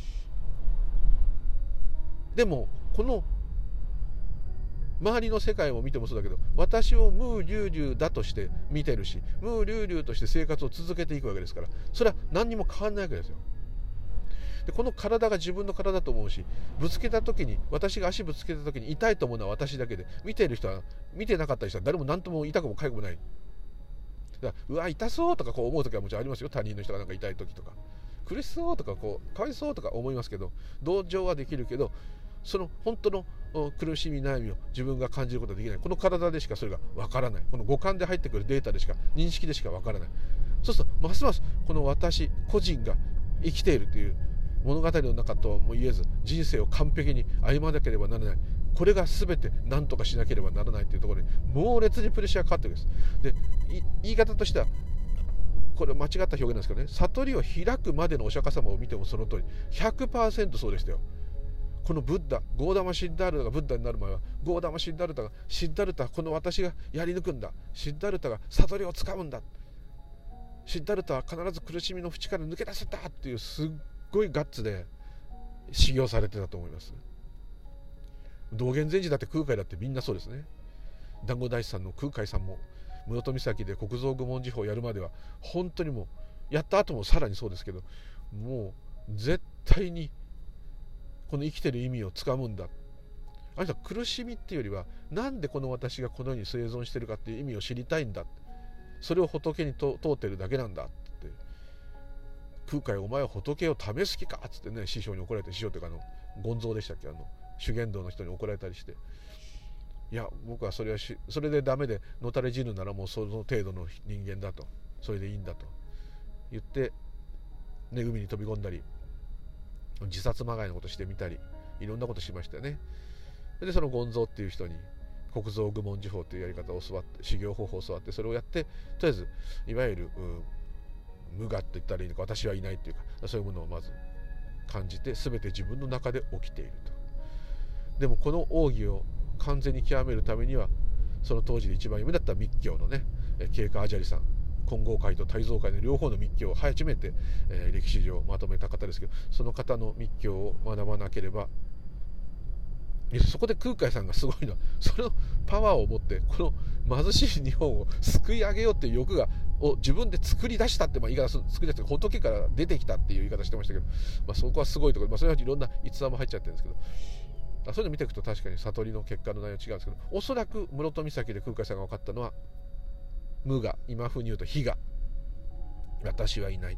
でもこの周りの世界を見てもそうだけど、私をムーリュウリュウだとして見てるし、ムーリュウリュウとして生活を続けていくわけですから、それは何にも変わらないわけですよ。でこの体が自分の体だと思うし、ぶつけた時に、私が足ぶつけた時に痛いと思うのは私だけで、見ている人は、見てなかった人は誰も何とも痛くも痒くもない。だからうわ痛そうとかこう思う時はもちろんありますよ。他人の人がなんか痛い時とか苦しそうとかこうかわいそうとか思いますけど、同情はできるけど、その本当の苦しみ悩みを自分が感じることはできない。この体でしかそれがわからない。この五感で入ってくるデータでしか、認識でしかわからない。そうするとますますこの私個人が生きているという物語の中とも言えず、人生を完璧に歩まなければならない、これが全て何とかしなければならないというところに猛烈にプレッシャーがかかってるんです。で言い方としてはこれ間違った表現なんですけどね、悟りを開くまでのお釈迦様を見てもその通り 100% そうでしたよ。このブッダ、ゴーダマ・シッダールタがブッダになる前は、ゴーダマ・シッダールタが、シッダルタ、この私がやり抜くんだ、シッダルタが悟りをつかむんだ、シッダルタは必ず苦しみの淵から抜け出せたっていうすっごいガッツで修行されてたと思います。道元禅師だって空海だってみんなそうですね。団子大師さんの空海さんも室戸岬で国蔵愚問寺法をやるまでは本当にもうやった後もさらにそうですけど、もう絶対にこの生きてる意味をつかむんだ。あの人は苦しみっていうよりは、なんでこの私がこの世に生存してるかっていう意味を知りたいんだ、それを仏に問うてるだけなんだって。空海お前は仏を試す気かっつってね、師匠に怒られて、師匠というか権蔵でしたっけ、修験道の人に怒られたりして、いや僕はそれでダメでのたれ死ぬならもうその程度の人間だと、それでいいんだと言って、ね、海に飛び込んだり自殺まがいのことしてみたり、いろんなことしましたよね。でその権蔵っていう人に国蔵愚問寺法というやり方を教わって、修行方法を教わって、それをやって、とりあえずいわゆる無我と言ったらいいのか、私はいないというか、そういうものをまず感じて、全て自分の中で起きていると。でもこの奥義を完全に極めるためには、その当時で一番有名だった密教のね、慶華アジャリさん、金剛会と大蔵会の両方の密教を初めて、歴史上まとめた方ですけど、その方の密教を学ばなければ、そこで空海さんがすごいのは、そのパワーを持ってこの貧しい日本を救い上げようっていう欲を自分で作り出したって、言い方作り出して仏から出てきたっていう言い方してましたけど、そこはすごいところ、それはいろんな逸話も入っちゃってるんですけど、そういうの見ていくと確かに悟りの結果の内容違うんですけど、おそらく室戸岬で空海さんが分かったのは、無我、今風に言うと非我、私はいない、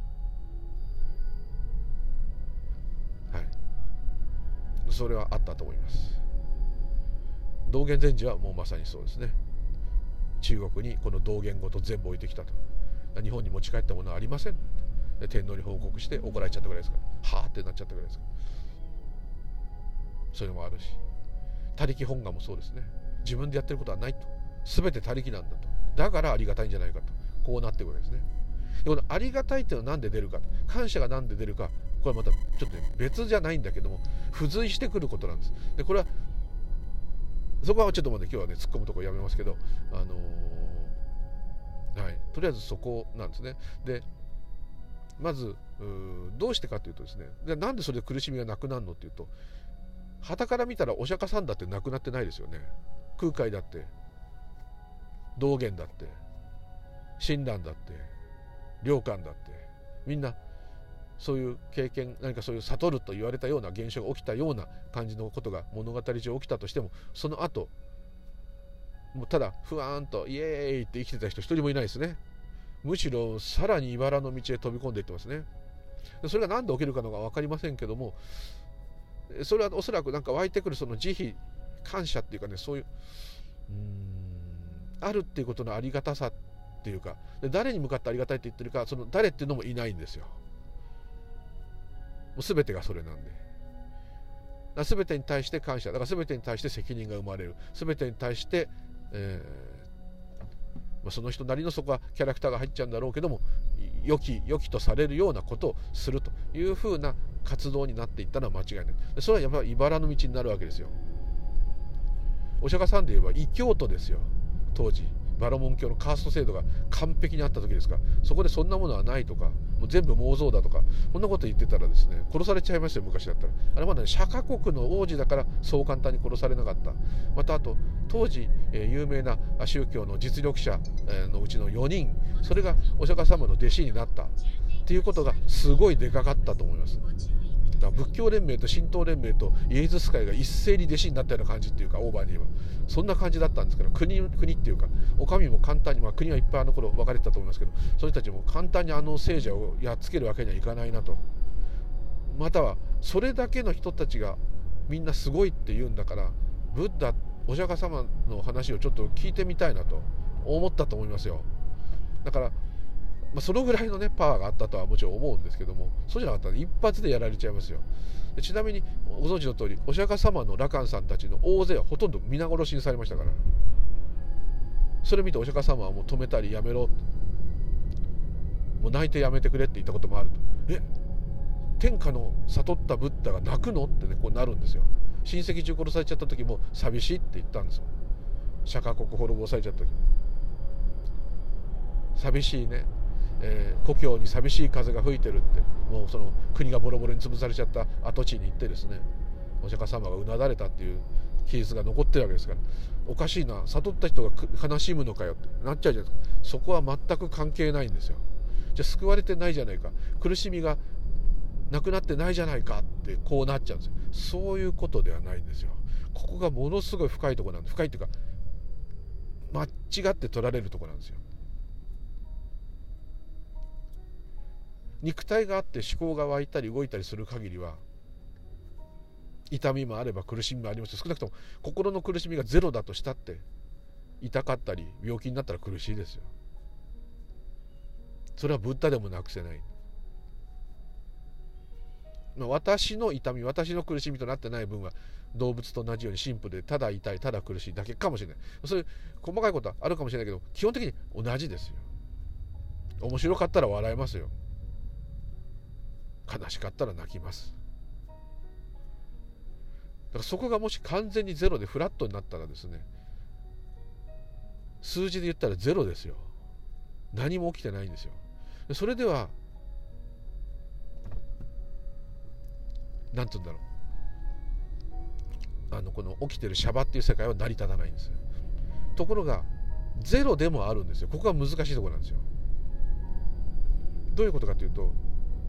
はい、それはあったと思います。道元禅師はもうまさにそうですね。中国にこの道元ごと全部置いてきたと。日本に持ち帰ったものはありません。天皇に報告して怒られちゃったぐらいですから、はあってなっちゃったぐらいですから。そういうのもあるし、他力本願もそうですね。自分でやってることはないと、全て他力なんだと、だからありがたいんじゃないかと、こうなっていくわけですね。でこのありがたいっていうのは何で出るか、感謝が何で出るか、これまたちょっと、別じゃないんだけども、付随してくることなんです。でこれはそこはちょっと今日はね突っ込むところやめますけど、はい、とりあえずそこなんですね。でまずどうしてかというとですね、でなんでそれで苦しみがなくなるのっていうと、傍から見たらお釈迦さんだってなくなってないですよね。空海だって道元だって親鸞だって良寛だって、みんなそういう経験、何かそういう悟ると言われたような現象が起きたような感じのことが物語上起きたとしても、その後もうただふわーんとイエーイって生きてた人一人もいないですね。むしろさらに茨の道へ飛び込んでいってますね。それが何で起きるかのか分かりませんけども、それはおそらくなんか湧いてくるその慈悲感謝っていうかね、そういうあるっていうことのありがたさっていうか、で誰に向かってありがたいって言ってるか、その誰っていうのもいないんですよ。もう全てがそれなんで、全てに対して感謝だから、全てに対して責任が生まれる、全てに対して、その人なりのそこはキャラクターが入っちゃうんだろうけども、良きとされるようなことをするというふうな活動になっていったのは間違いない。それはやっぱり茨の道になるわけですよ。お釈迦さんで言えば異教徒ですよ。当時バラモン教のカースト制度が完璧にあった時ですから、そこでそんなものはないとか、もう全部妄想だとか、こんなこと言ってたらですね、殺されちゃいましたよ。昔だったらあれまだね、釈迦国の王子だからそう簡単に殺されなかった。またあと当時、有名な宗教の実力者のうちの4人、それがお釈迦様の弟子になったっていうことがすごいでかかったと思います。だから仏教連盟と神道連盟とイエズス会が一斉に弟子になったような感じっていうか、オーバーに言えばそんな感じだったんですから、国っていうかお上も簡単に、国はいっぱいあの頃分かれてたと思いますけど、その人たちも簡単に聖者をやっつけるわけにはいかないなと、またはそれだけの人たちがみんなすごいって言うんだから、ブッダお釈迦様の話をちょっと聞いてみたいなと思ったと思いますよ。だからそのぐらいのねパワーがあったとはもちろん思うんですけども、そうじゃなかったら一発でやられちゃいますよ。ちなみにご存知の通り、お釈迦様の羅漢さんたちの大勢はほとんど皆殺しにされましたから、それ見てお釈迦様はもう止めたりやめろ、もう泣いてやめてくれって言ったこともあると。天下の悟ったブッダが泣くのってね、こうなるんですよ。親戚中殺されちゃった時も寂しいって言ったんですよ。釈迦国滅ぼされちゃった時、寂しいね、故郷に寂しい風が吹いてるって、もうその国がボロボロに潰されちゃった跡地に行ってですね、お釈迦様がうなだれたっていう記述が残ってるわけですから、おかしいな、悟った人が悲しむのかよってなっちゃうじゃないですか。そこは全く関係ないんですよ。じゃあ救われてないじゃないか、苦しみがなくなってないじゃないかってこうなっちゃうんですよ。そういうことではないんですよ。ここがものすごい深いところなんで、深いっていうか間違って取られるところなんですよ。肉体があって思考が湧いたり動いたりする限りは、痛みもあれば苦しみもあります。少なくとも心の苦しみがゼロだとしたって、痛かったり病気になったら苦しいですよ。それはブッダでもなくせない。私の痛み、私の苦しみとなってない分は動物と同じようにシンプルで、ただ痛いただ苦しいだけかもしれない。そういう細かいことはあるかもしれないけど、基本的に同じですよ。面白かったら笑えますよ、悲しかったら泣きます。だからそこがもし完全にゼロでフラットになったらですね、数字で言ったらゼロですよ。何も起きてないんですよ。それではなんて言うんだろう、この起きてるシャバっていう世界は成り立たないんですよ。ところがゼロでもあるんですよ。ここが難しいところなんですよ。どういうことかというと、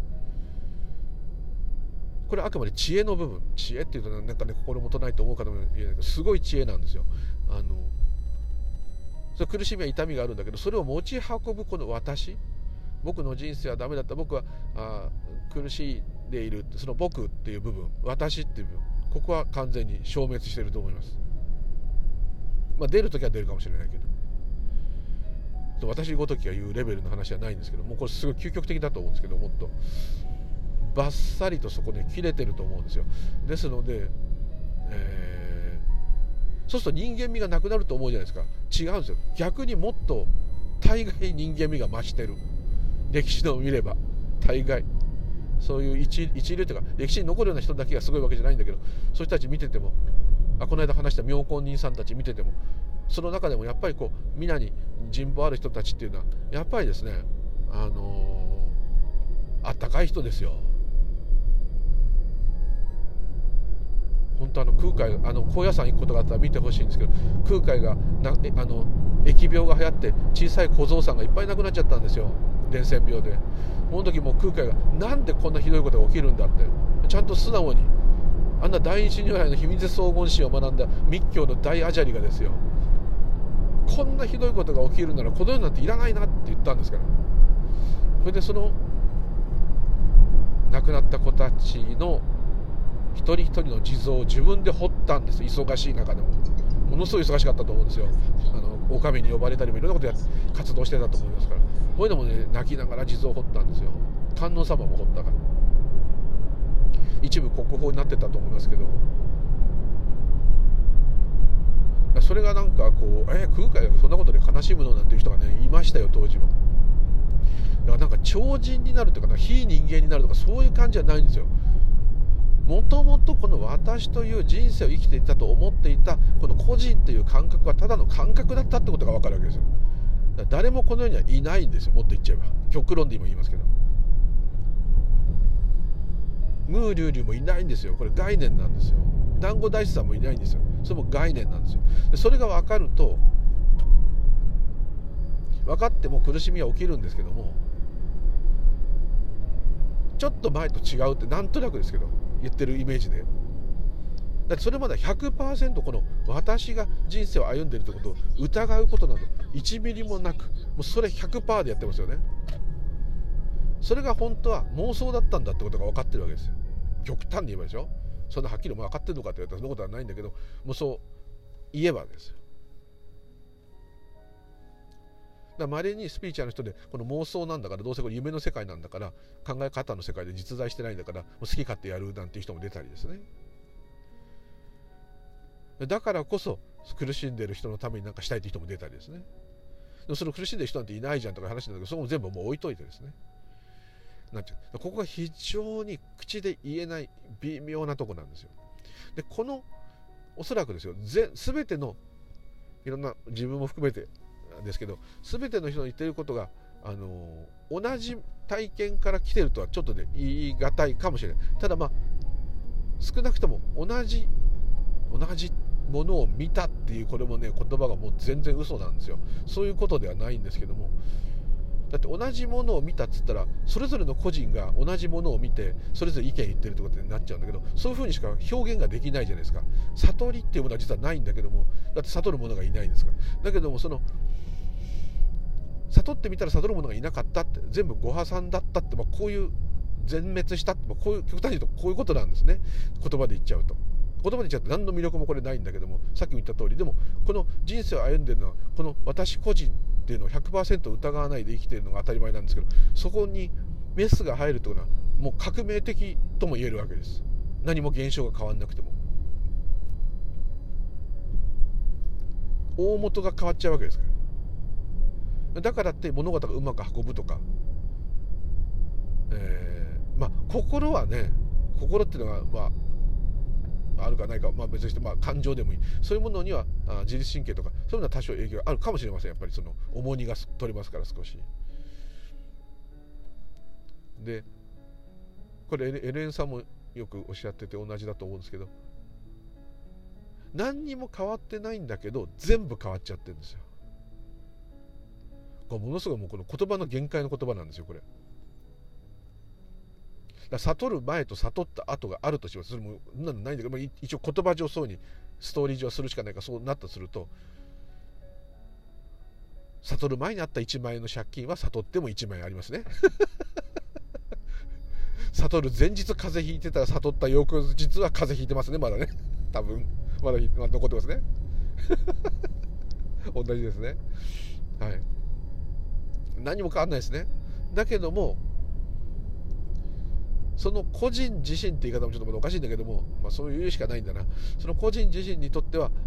これはあくまで知恵の部分、知恵っていうとなんかね、心もとないと思う方もいないけど、すごい知恵なんですよ。それ苦しみや痛みがあるんだけど、それを持ち運ぶこの私、僕の人生はダメだった、僕は苦しんでいる、その僕っていう部分、私っていう部分、ここは完全に消滅していると思います。出るときは出るかもしれないけど、私ごときが言うレベルの話はないんですけども、これすごい究極的だと思うんですけど、もっとバッサリとそこで切れてると思うんですよ。ですので、そうすると人間味がなくなると思うじゃないですか。違うんですよ。逆にもっと大概人間味が増してる。歴史のを見れば大概そういう一流というか、歴史に残るような人だけがすごいわけじゃないんだけど、そういう人たち見てても、この間話した妙高人さんたち見てても、その中でもやっぱりこう皆に人望ある人たちっていうのはやっぱりですね、 あったかい人ですよ。本当空海高野山行くことがあったら見てほしいんですけど、空海が疫病が流行って小さい小僧さんがいっぱい亡くなっちゃったんですよ、伝染病で。この時もう空海がなんでこんなひどいことが起きるんだってちゃんと素直に、あんな第一如来の秘密荘厳心を学んだ密教の大アジャリがですよ、こんなひどいことが起きるならこの世なんていらないなって言ったんですから。それでその亡くなった子たちの一人一人の地蔵を自分で掘ったんです。忙しい中でもものすごい忙しかったと思うんですよ。狼に呼ばれたりもいろんなことやって活動してたと思いますから、こういうのもね泣きながら地蔵を掘ったんですよ。観音様も掘ったから、一部国宝になってたと思いますけど、それがなんかこう空海がそんなことで悲しむのなんていう人がねいましたよ、当時は。だからなんか超人になるとか非人間になるとかそういう感じじゃないんですよ。もともとこの私という人生を生きていたと思っていたこの個人という感覚はただの感覚だったってことが分かるわけですよ。だから誰もこの世にはいないんですよ、もっと言っちゃえば。極論で今言いますけど、ムーリュウリュウもいないんですよ。これ概念なんですよ。団子大師さんもいないんですよ。それも概念なんですよ。でそれが分かると、分かっても苦しみは起きるんですけども、ちょっと前と違うってなんとなくですけど言ってるイメージで、だってそれまで 100% この私が人生を歩んでいるということを疑うことなど1ミリもなく、もうそれ 100% でやってますよね。それが本当は妄想だったんだってことが分かってるわけですよ。極端に言えばでしょ。そんなはっきりも分かってるのかって言われたらそんなことはないんだけど、もうそう言えばですよ。稀にスピーチャーの人でこの妄想なんだから、どうせこれ夢の世界なんだから、考え方の世界で実在してないんだからもう好き勝手やるなんていう人も出たりですね。だからこそ苦しんでる人のために何かしたいという人も出たりですね。でもその苦しんでる人なんていないじゃんとか話なんだけど、そこも全部もう置いといてですね、なんていう、ここが非常に口で言えない微妙なとこなんですよ。でこのおそらくですよ、全てのいろんな自分も含めてですけど、全ての人の言っていることが同じ体験から来てるとはちょっとね言い難いかもしれない。ただ少なくとも同じものを見たっていう、これもね言葉がもう全然嘘なんですよ。そういうことではないんですけども、だって同じものを見たっつったらそれぞれの個人が同じものを見てそれぞれ意見言ってるってことになっちゃうんだけど、そういうふうにしか表現ができないじゃないですか。悟りっていうものは実はないんだけども、だって悟るものがいないんですから。だけどもその悟ってみたら悟るものがいなかったって、全部ご破算だったって、こういう全滅したって、こういう極端に言うとこういうことなんですね。言葉で言っちゃうと何の魅力もこれないんだけども、さっきも言った通り、でもこの人生を歩んでるのはこの私個人っていうのを 100% 疑わないで生きているのが当たり前なんですけど、そこにメスが入るというのはもう革命的とも言えるわけです。何も現象が変わらなくても大元が変わっちゃうわけですから。だからって物事がうまく運ぶとか、心はね、心っていうのがあるかないか、別にして、感情でもいい、そういうものには自律神経とかそういうのは多少影響があるかもしれません。やっぱりその重荷が取れますから少し。でこれエレンさんもよくおっしゃってて同じだと思うんですけど、何にも変わってないんだけど全部変わっちゃってるんですよ。これものすごいもうこの言葉の限界の言葉なんですよこれ。悟る前と悟った後があるとします。それもないんだけど、一応言葉上そうにストーリー上するしかないから、そうなったとすると、悟る前にあった1万円の借金は悟っても1万円ありますね悟る前日風邪ひいてたら悟った翌日は風邪ひいてますね、まだね多分まだ残ってますね同じですね。はい、何も変わんないですね。だけどもその個人自身って言い方もちょっとおかしいんだけども、そういうしかないんだな。その個人自身にとっては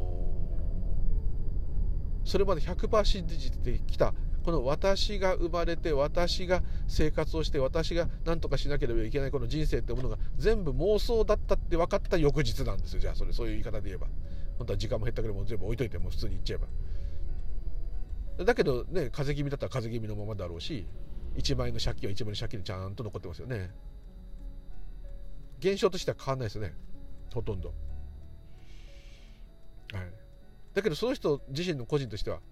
それまで 100% 信じてきたこの私が生まれて私が生活をして私が何とかしなければいけないこの人生ってものが全部妄想だったって分かった翌日なんですよ。じゃあそういう言い方で言えば、本当は時間も減ったけども全部置いといてもう普通に言っちゃえば。だけどね、風邪気味だったら風邪気味のままだろうし、 1万円の借金は1万円の借金でちゃんと残ってますよね。現象としては変わらないですよね、ほとんど。はい、だけどその人自身の個人としては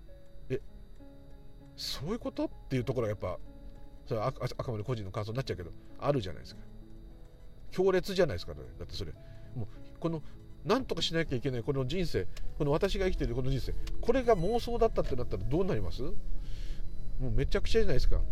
そういうことっていうところがやっぱそれはあくまで個人の感想になっちゃうけどあるじゃないですか。強烈じゃないですか、ね、だってそれもうこの何とかしなきゃいけないこの人生、この私が生きているこの人生、これが妄想だったってなったらどうなります？もうめちゃくちゃじゃないですか。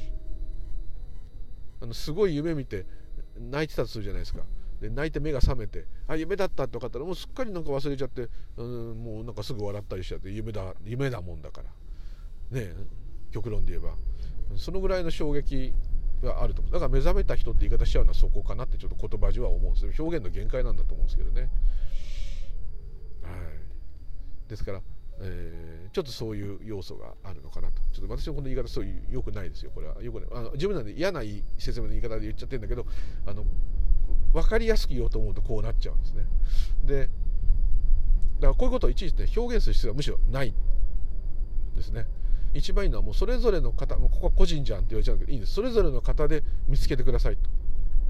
すごい夢見て泣いてたとするじゃないですか。で泣いて目が覚めて夢だったって分かったらもうすっかりなんか忘れちゃって、もうなんかすぐ笑ったりしちゃって、夢だもんだからね、極論で言えばそのぐらいの衝撃があると思う。だから目覚めた人って言い方しちゃうのはそこかなってちょっと言葉上は思うんですよ。表現の限界なんだと思うんですけどね。はい、ですから、ちょっとそういう要素があるのかなと。ちょっと私のこの言い方そういう良くないですよ。これは良くない。自分なんで嫌な説明の言い方で言っちゃってるんだけど、分かりやすく言おうと思うとこうなっちゃうんですね。で、だからこういうことをいちいち、ね、表現する必要はむしろないですね。一番いいのはもうそれぞれの方、もうここは個人じゃんって言われちゃうんだけどいいんです。それぞれの方で見つけてくださいと。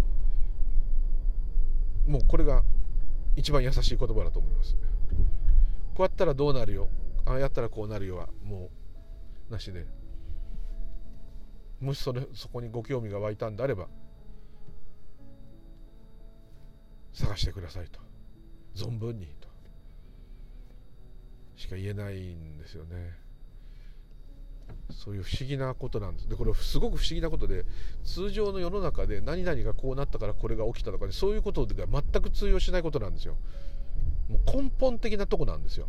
もうこれが一番優しい言葉だと思います。こうやったらどうなるよ、ああやったらこうなるよはもうなしで、もしそこにご興味が湧いたんであれば探してくださいと、存分にとしか言えないんですよね。そういう不思議なことなんです。でこれすごく不思議なことで、通常の世の中で何々がこうなったからこれが起きたとか、ね、そういうことが全く通用しないことなんですよ。もう根本的なとこなんですよ。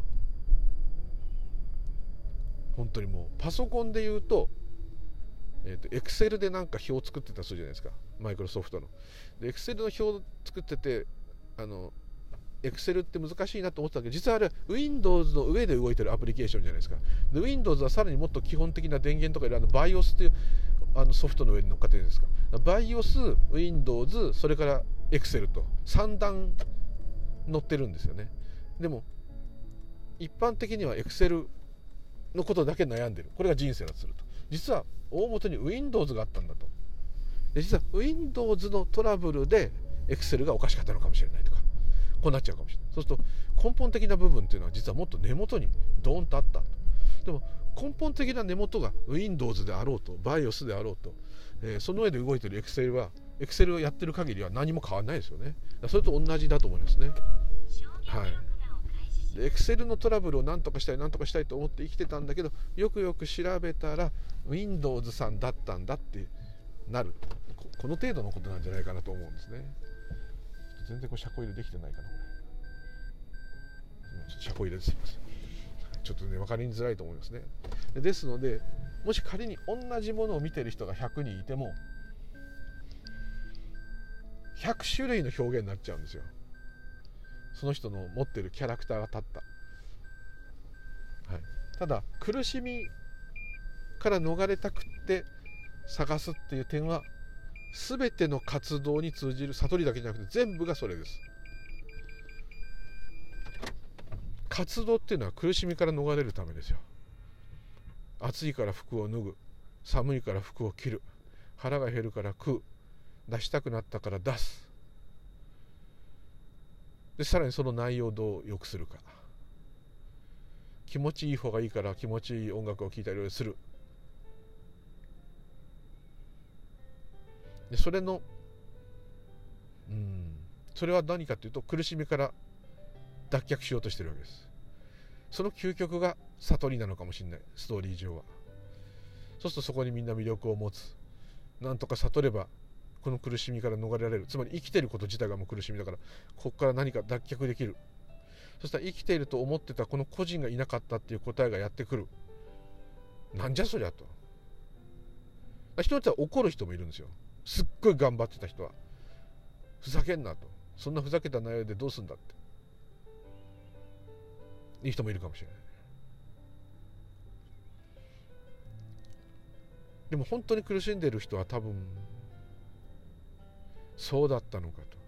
本当にもうパソコンで言うとエクセルでなんか表を作ってたそうじゃないですか、マイクロソフトの。でエクセルの表を作っててエクセルって難しいなと思ってたけど、実はあれは Windows の上で動いてるアプリケーションじゃないですか。で Windows はさらにもっと基本的な電源とかいろいろBIOS っていうソフトの上に乗っかってるんですか。BIOS、Windows、それから Excel と3段乗ってるんですよね。でも一般的には Excel のことだけ悩んでる、これが人生だとすると、実は大元に Windows があったんだと。で実は Windows のトラブルで Excel がおかしかったのかもしれないとか、こうなっちゃうかもしれない。そうすると根本的な部分っていうのは実はもっと根元にドーンとあったと。でも根本的な根元が Windows であろうと BIOS であろうと、その上で動いてる Excel をやってる限りは何も変わらないですよね。それと同じだと思いますね。はい。で Excel のトラブルを何とかしたいと思って生きてたんだけど、よくよく調べたら Windows さんだったんだってなる、この程度のことなんじゃないかなと思うんですね。全然これ車庫入れできてないかな、これ車庫入れですいません。ちょっとね分かりづらいと思いますね。ですので、もし仮に同じものを見てる人が100人いても100種類の表現になっちゃうんですよ。その人の持ってるキャラクターが立った、はい、ただ苦しみから逃れたくって探すっていう点は全ての活動に通じる、悟りだけじゃなくて全部がそれです。活動っていうのは苦しみから逃れるためですよ。暑いから服を脱ぐ、寒いから服を着る、腹が減るから食う、出したくなったから出す。でさらにその内容をどう良くするか、気持ちいい方がいいから気持ちいい音楽を聴いたりする。でそれのそれは何かというと苦しみから脱却しようとしてるわけです。その究極が悟りなのかもしれない、ストーリー上は。そうするとそこにみんな魅力を持つ。なんとか悟ればこの苦しみから逃れられる。つまり生きていること自体がもう苦しみだから、ここから何か脱却できる。そしたら生きていると思ってたこの個人がいなかったっていう答えがやってくる。なんじゃそりゃと。人によっては怒る人もいるんですよ。すっごい頑張ってた人はふざけんなと、そんなふざけた内容でどうすんだっていい人もいるかもしれない。でも本当に苦しんでいる人は多分そうだったのかと、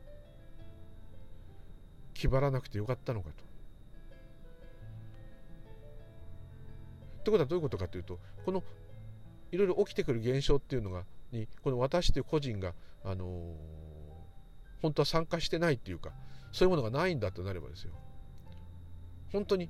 気張らなくてよかったのかと。ってことはどういうことかというと、このいろいろ起きてくる現象っていうのがこの私という個人が、本当は参加してないっていうか、そういうものがないんだとなればですよ、本当に、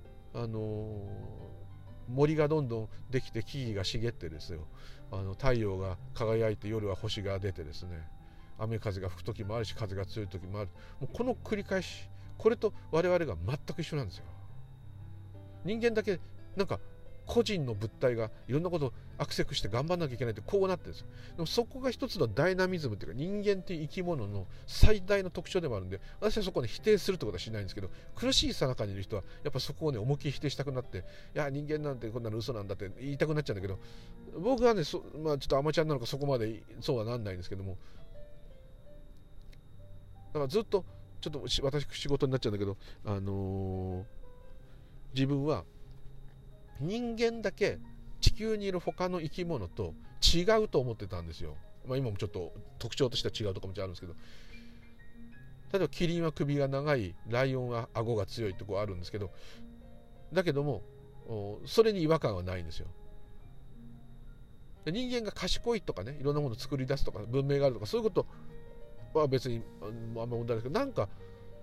森がどんどんできて木々が茂ってですよ、太陽が輝いて夜は星が出てですね、雨風が吹く時もあるし風が強い時もある。もうこの繰り返し、これと我々が全く一緒なんですよ。人間だけなんか個人の物体がいろんなことをアクセスして頑張んなきゃいけないってこうなってるんですよ。でもそこが一つのダイナミズムっていうか、人間っていう生き物の最大の特徴でもあるんで、私はそこを、否定するってことはしないんですけど、苦しいさなかにいる人はやっぱそこを思いっきり否定したくなって、いや人間なんてこんなの嘘なんだって言いたくなっちゃうんだけど、僕はねちょっとアマチュアなのかそこまでそうはなんないんですけども、だからずっとちょっと私仕事になっちゃうんだけど、自分は人間だけ地球にいる他の生き物と違うと思ってたんですよ。今もちょっと特徴としては違うところもあるんですけど、例えばキリンは首が長い、ライオンは顎が強いってこうあるんですけど、だけどもそれに違和感はないんですよ。で人間が賢いとかね、いろんなものを作り出すとか文明があるとかそういうことは別にあんま問題ないですけど、なんか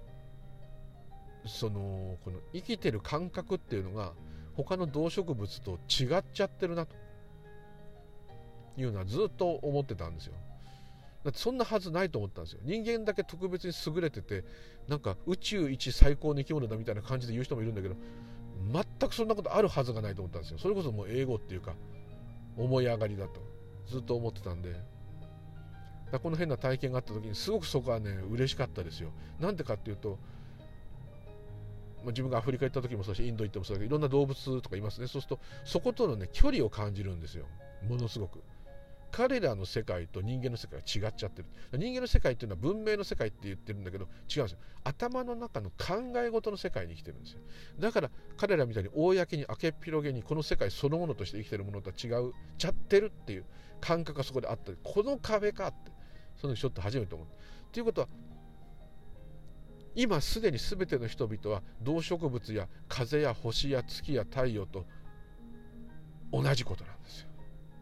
この生きてる感覚っていうのが他の動植物と違っちゃってるなというのはずっと思ってたんですよ。だってそんなはずないと思ったんですよ。人間だけ特別に優れてて、なんか宇宙一最高の生き物だみたいな感じで言う人もいるんだけど、全くそんなことあるはずがないと思ったんですよ。それこそもう英語っていうか思い上がりだとずっと思ってたんで、だこの変な体験があった時にすごくそこはね嬉しかったですよ。なんでかっていうと、自分がアフリカ行った時もそうだし、インド行ってもそうだけど、いろんな動物とかいますね。そうするとそことのね距離を感じるんですよ。ものすごく彼らの世界と人間の世界が違っちゃってる。人間の世界っていうのは文明の世界って言ってるんだけど違うんですよ。頭の中の考え事の世界に生きてるんですよ。だから彼らみたいに公に明けっ広げにこの世界そのものとして生きてるものとは違うちゃってるっていう感覚がそこであった。この壁かって、その時ちょっと初めて思う。っていうことは、今すでに全ての人々は動植物や風や星や月や太陽と同じことなんですよ。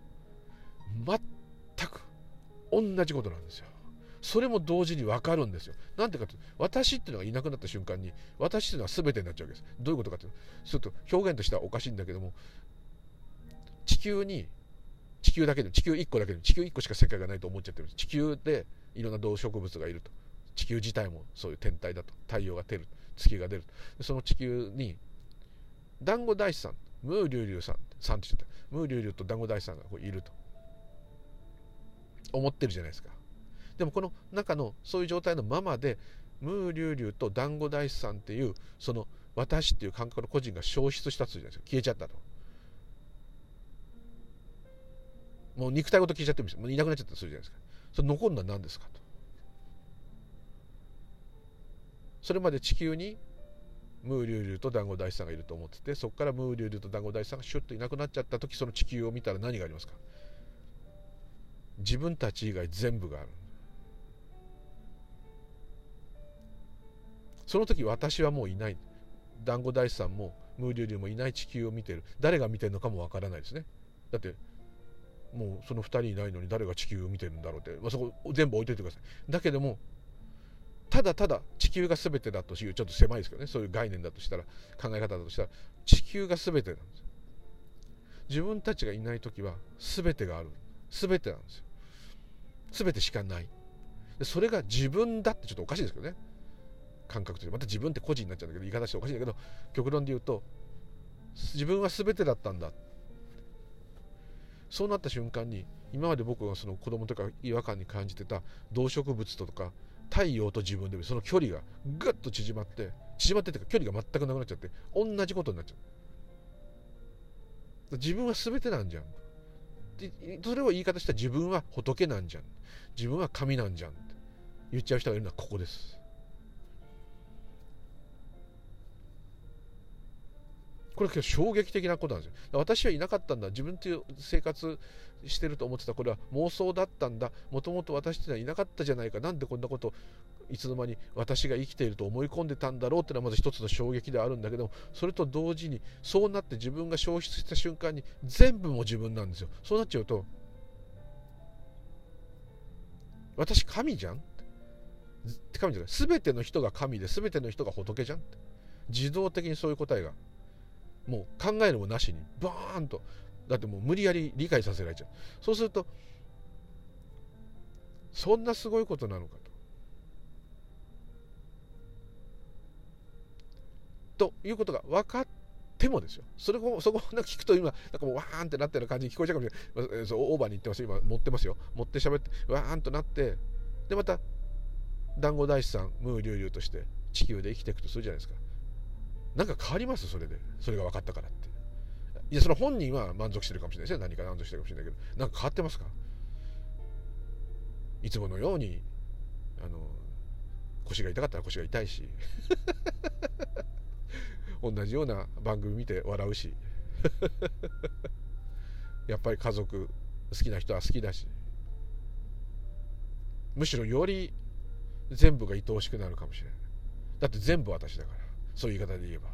全く同じことなんですよ。それも同時に分かるんですよ。なんてかというと、私っていうのがいなくなった瞬間に私っていうのは全てになっちゃうわけです。どういうことかというと、ちょっと表現としてはおかしいんだけども、地球だけで地球1個だけで地球1個しか世界がないと思っちゃってるんです。地球でいろんな動植物がいると、地球自体もそういう天体だと、太陽が出る、月が出る、その地球に団子大師さん、ムーリュウリュウさんって言ってた、ムーリュウリュウと団子大師さんがこういると思ってるじゃないですか。でもこの中のそういう状態のままで、ムーリュウリュウと団子大師さんっていうその私っていう感覚の個人が消失したとするじゃないですか。消えちゃったと、もう肉体ごと消えちゃってるんですよ。もういなくなっちゃったとするじゃないですか。それ残るのは何ですかと。それまで地球にムーリュウリュウと団子大師さんがいると思ってて、そこからムーリュウリュウと団子大師さんがシュッといなくなっちゃった時、その地球を見たら何がありますか。自分たち以外全部がある。その時私はもういない。団子大師さんもムーリュウリュウもいない地球を見てる。誰が見てるのかもわからないですね。だってもうその2人いないのに誰が地球を見てるんだろうって、そこ全部置いといてください。だけどもただただ地球が全てだという、ちょっと狭いですけどね、そういう概念だとしたら、考え方だとしたら地球が全てなんです。自分たちがいない時は全てがある、全てなんですよ。全てしかない。でそれが自分だってちょっとおかしいですけどね、感覚として。また自分って個人になっちゃうんだけど、言い方しておかしいんだけど、極論で言うと自分は全てだったんだ。そうなった瞬間に、今まで僕がその子供とか違和感に感じてた動植物とか太陽と自分でその距離がぐっと縮まってっていうか距離が全くなくなっちゃって、同じことになっちゃう。自分は全てなんじゃん。でそれを言い方したら、自分は仏なんじゃん、自分は神なんじゃんって言っちゃう人がいるのはここです。 これ結構衝撃的なことなんですよ。私はいなかったんだ、自分という生活してると思ってた、これは妄想だったんだ、もともと私っていうのはいなかったじゃないか、なんでこんなこといつの間に私が生きていると思い込んでたんだろうっていうのはまず一つの衝撃ではあるんだけども、それと同時にそうなって自分が消失した瞬間に全部も自分なんですよ。そうなっちゃうと、私神じゃん、神じゃない、全ての人が神で全ての人が仏じゃんって、自動的にそういう答えがもう考えるもなしにバーンと、だってもう無理やり理解させられちゃう。そうするとそんなすごいことなのかということが分かってもですよ、そこを聞くと今なんかもうわーんってなってる感じに聞こえちゃうかもしれない。オーバーに言ってますよ、今持ってますよ、持って喋ってわーんとなって、でまた団子大師さんムーリュウリュウとして地球で生きていくとするじゃないですか。なんか変わります？それでそれが分かったからって。いや、その本人は満足してるかもしれないですよ、何か満足してるかもしれないけど、なんか変わってますか？いつものように腰が痛かったら腰が痛いし同じような番組見て笑うしやっぱり家族好きな人は好きだし、むしろより全部が愛おしくなるかもしれない。だって全部私だから、そういう言い方で言えば。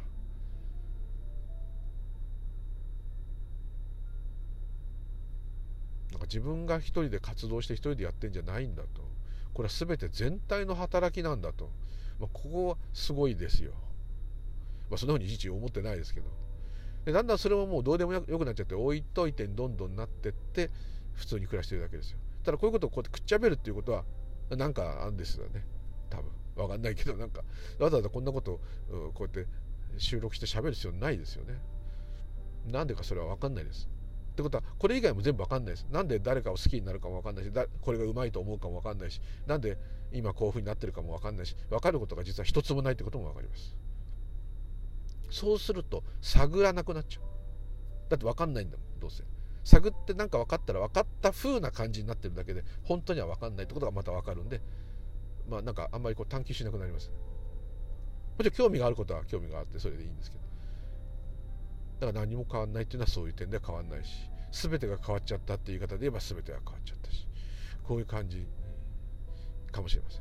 なんか自分が一人で活動して一人でやってんじゃないんだと、これは全て全体の働きなんだと、ここはすごいですよ。そんなふうにいちいち思ってないですけど、でだんだんそれももうどうでもよくなっちゃって、置いといてどんどんなってって普通に暮らしてるだけですよ。ただこういうことをこうやってくっちゃべるっていうことはなんかあるんですよね、多分分かんないけど、なんかわざわざこんなことをこうやって収録して喋る必要ないですよね。なんでかそれは分かんないです。ってことはこれ以外も全部分かんないです。なんで誰かを好きになるかも分かんないし、これがうまいと思うかも分かんないし、なんで今こういうふうになってるかも分かんないし、分かることが実は一つもないってことも分かります。そうすると探らなくなっちゃう。だって分かんないんだもん、どうせ。探って何か分かったら分かった風な感じになってるだけで本当には分かんないってことがまた分かるんで、なんかあんまりこう探求しなくなります。もちろん興味があることは興味があってそれでいいんですけど、だから何も変わんないっていうのはそういう点では変わんないし、全てが変わっちゃったっていう言い方で言えば全てが変わっちゃったし、こういう感じかもしれません。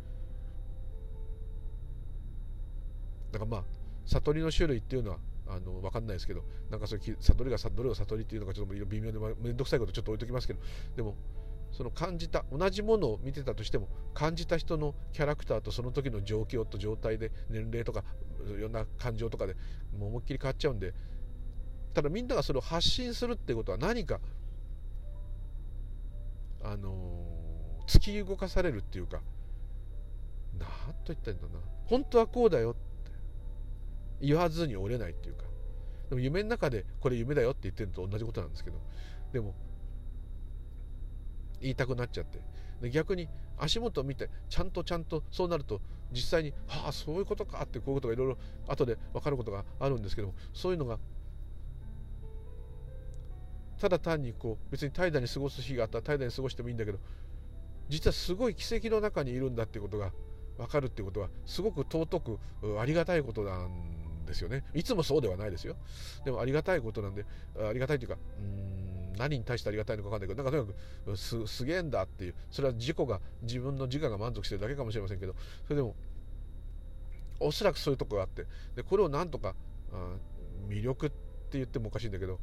だから悟りの種類っていうのは分かんないですけど、なんかそういう悟りがどれを悟りっていうのかちょっと微妙で面倒くさいことちょっと置いときますけど、でもその感じた同じものを見てたとしても、感じた人のキャラクターとその時の状況と状態で年齢とかいろんな感情とかでもう思いっきり変わっちゃうんで、ただみんながそれを発信するっていうことは何か突き動かされるっていうか、なんと言ったらいいんだな、本当はこうだよって言わずに折れないっていうか、でも夢の中でこれ夢だよって言ってるのと同じことなんですけど、でも言いたくなっちゃって、で逆に足元を見てちゃんとそうなると実際にそういうことかってこういうことがいろいろ後で分かることがあるんですけども、そういうのがただ単に別に怠惰に過ごす日があったら怠惰に過ごしてもいいんだけど、実はすごい奇跡の中にいるんだっていうことが分かるっていうことはすごく尊くありがたいことなんですよね。いつもそうではないですよ。でもありがたいことなんで、ありがたいというか、何に対してありがたいのか分かんないけど、なんかとにかくすげえんだっていう、それは自分の自我が満足してるだけかもしれませんけど、それでもおそらくそういうとこがあって、でこれをなんとか魅力って言ってもおかしいんだけど、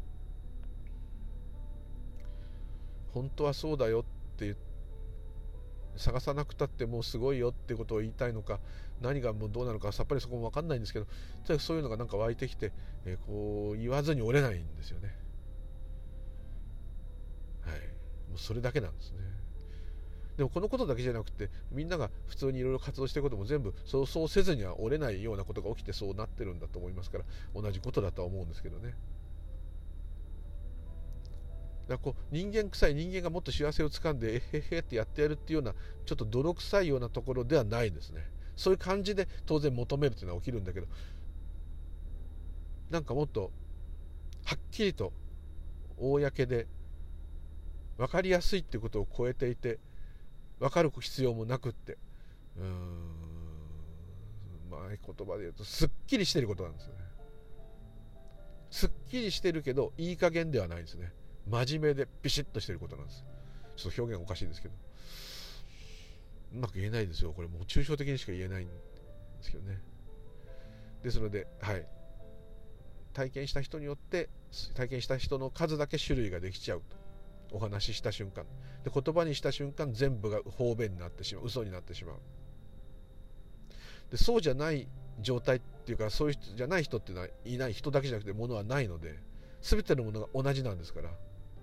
本当はそうだよって探さなくたってもうすごいよってことを言いたいのか、何がもうどうなのかさっぱりそこも分かんないんですけど、とにかくそういうのがなんか湧いてきて、こう言わずに折れないんですよね。はい、もうそれだけなんですね。でもこのことだけじゃなくて、みんなが普通にいろいろ活動していることも全部そうせずには折れないようなことが起きてそうなってるんだと思いますから、同じことだとは思うんですけどね。だから人間臭い人間がもっと幸せをつかんでえへへってやってやるっていうようなちょっと泥臭いようなところではないですね。そういう感じで当然求めるというのは起きるんだけど、なんかもっとはっきりと公で分かりやすいっていうことを超えていて、分かる必要もなくって、言葉で言うとすっきりしていることなんですよね。 すっきりしてるけどいい加減ではないんですね。真面目でビシッとしてることなんです。ちょっと表現おかしいですけど、うまく言えないですよこれ。もう抽象的にしか言えないんですけどね。ですので、はい、体験した人によって体験した人の数だけ種類ができちゃうと。お話しした瞬間で、言葉にした瞬間全部が方便になってしまう、嘘になってしまう。でそうじゃない状態っていうか、そういう人じゃない人っていうのはいない。人だけじゃなくて物はないので、全てのものが同じなんですから、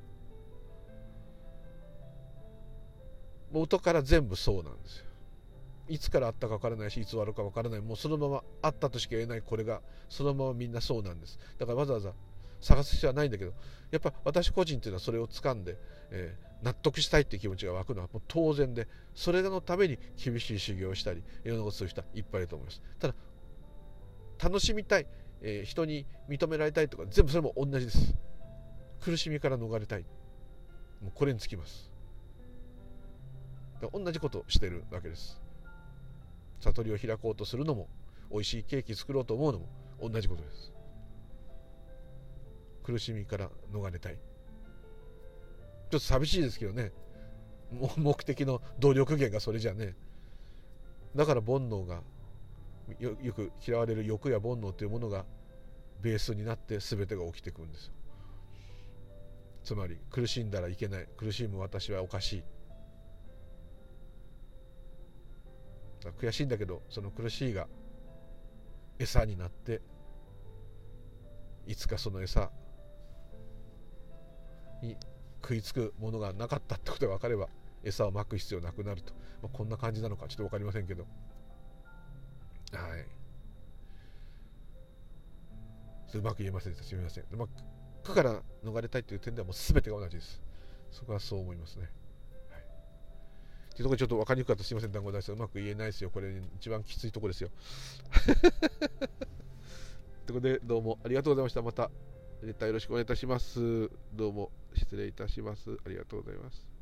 元から全部そうなんですよ。いつからあったか分からないし、いつ終わるか分からない、もうそのままあったとしか言えないこれがそのままみんなそうなんです。だからわざわざ探す必要はないんだけど、やっぱ私個人っていうのはそれを掴んで、納得したいっていう気持ちが湧くのはもう当然で、それのために厳しい修行をしたりいろんなことする人はいっぱいいると思います。ただ楽しみたい、人に認められたいとか、全部それも同じです。苦しみから逃れたい、もうこれにつきます。同じことをしてるわけです。悟りを開こうとするのも、美味しいケーキ作ろうと思うのも同じことです。苦しみから逃れたい。ちょっと寂しいですけどね、目的の動力源がそれじゃね。だから煩悩が よく嫌われる欲や煩悩というものがベースになって全てが起きてくるんですよ。つまり苦しんだらいけない、苦しむ私はおかしい、悔しいんだけど、その苦しいが餌になって、いつかその餌に食いつくものがなかったってことが分かれば、餌をまく必要なくなると、こんな感じなのかちょっと分かりませんけど、はい、うまく言えませんでした。すみません。苦から逃れたいという点ではもう全てが同じです。そこはそう思いますね。はい、というところでちょっと分かりにくかった、すみません。団子大師さん、うまく言えないですよ。これ一番きついところですよ。ということでどうもありがとうございました。またレターよろしくお願いいたします。どうも失礼いたします。ありがとうございます。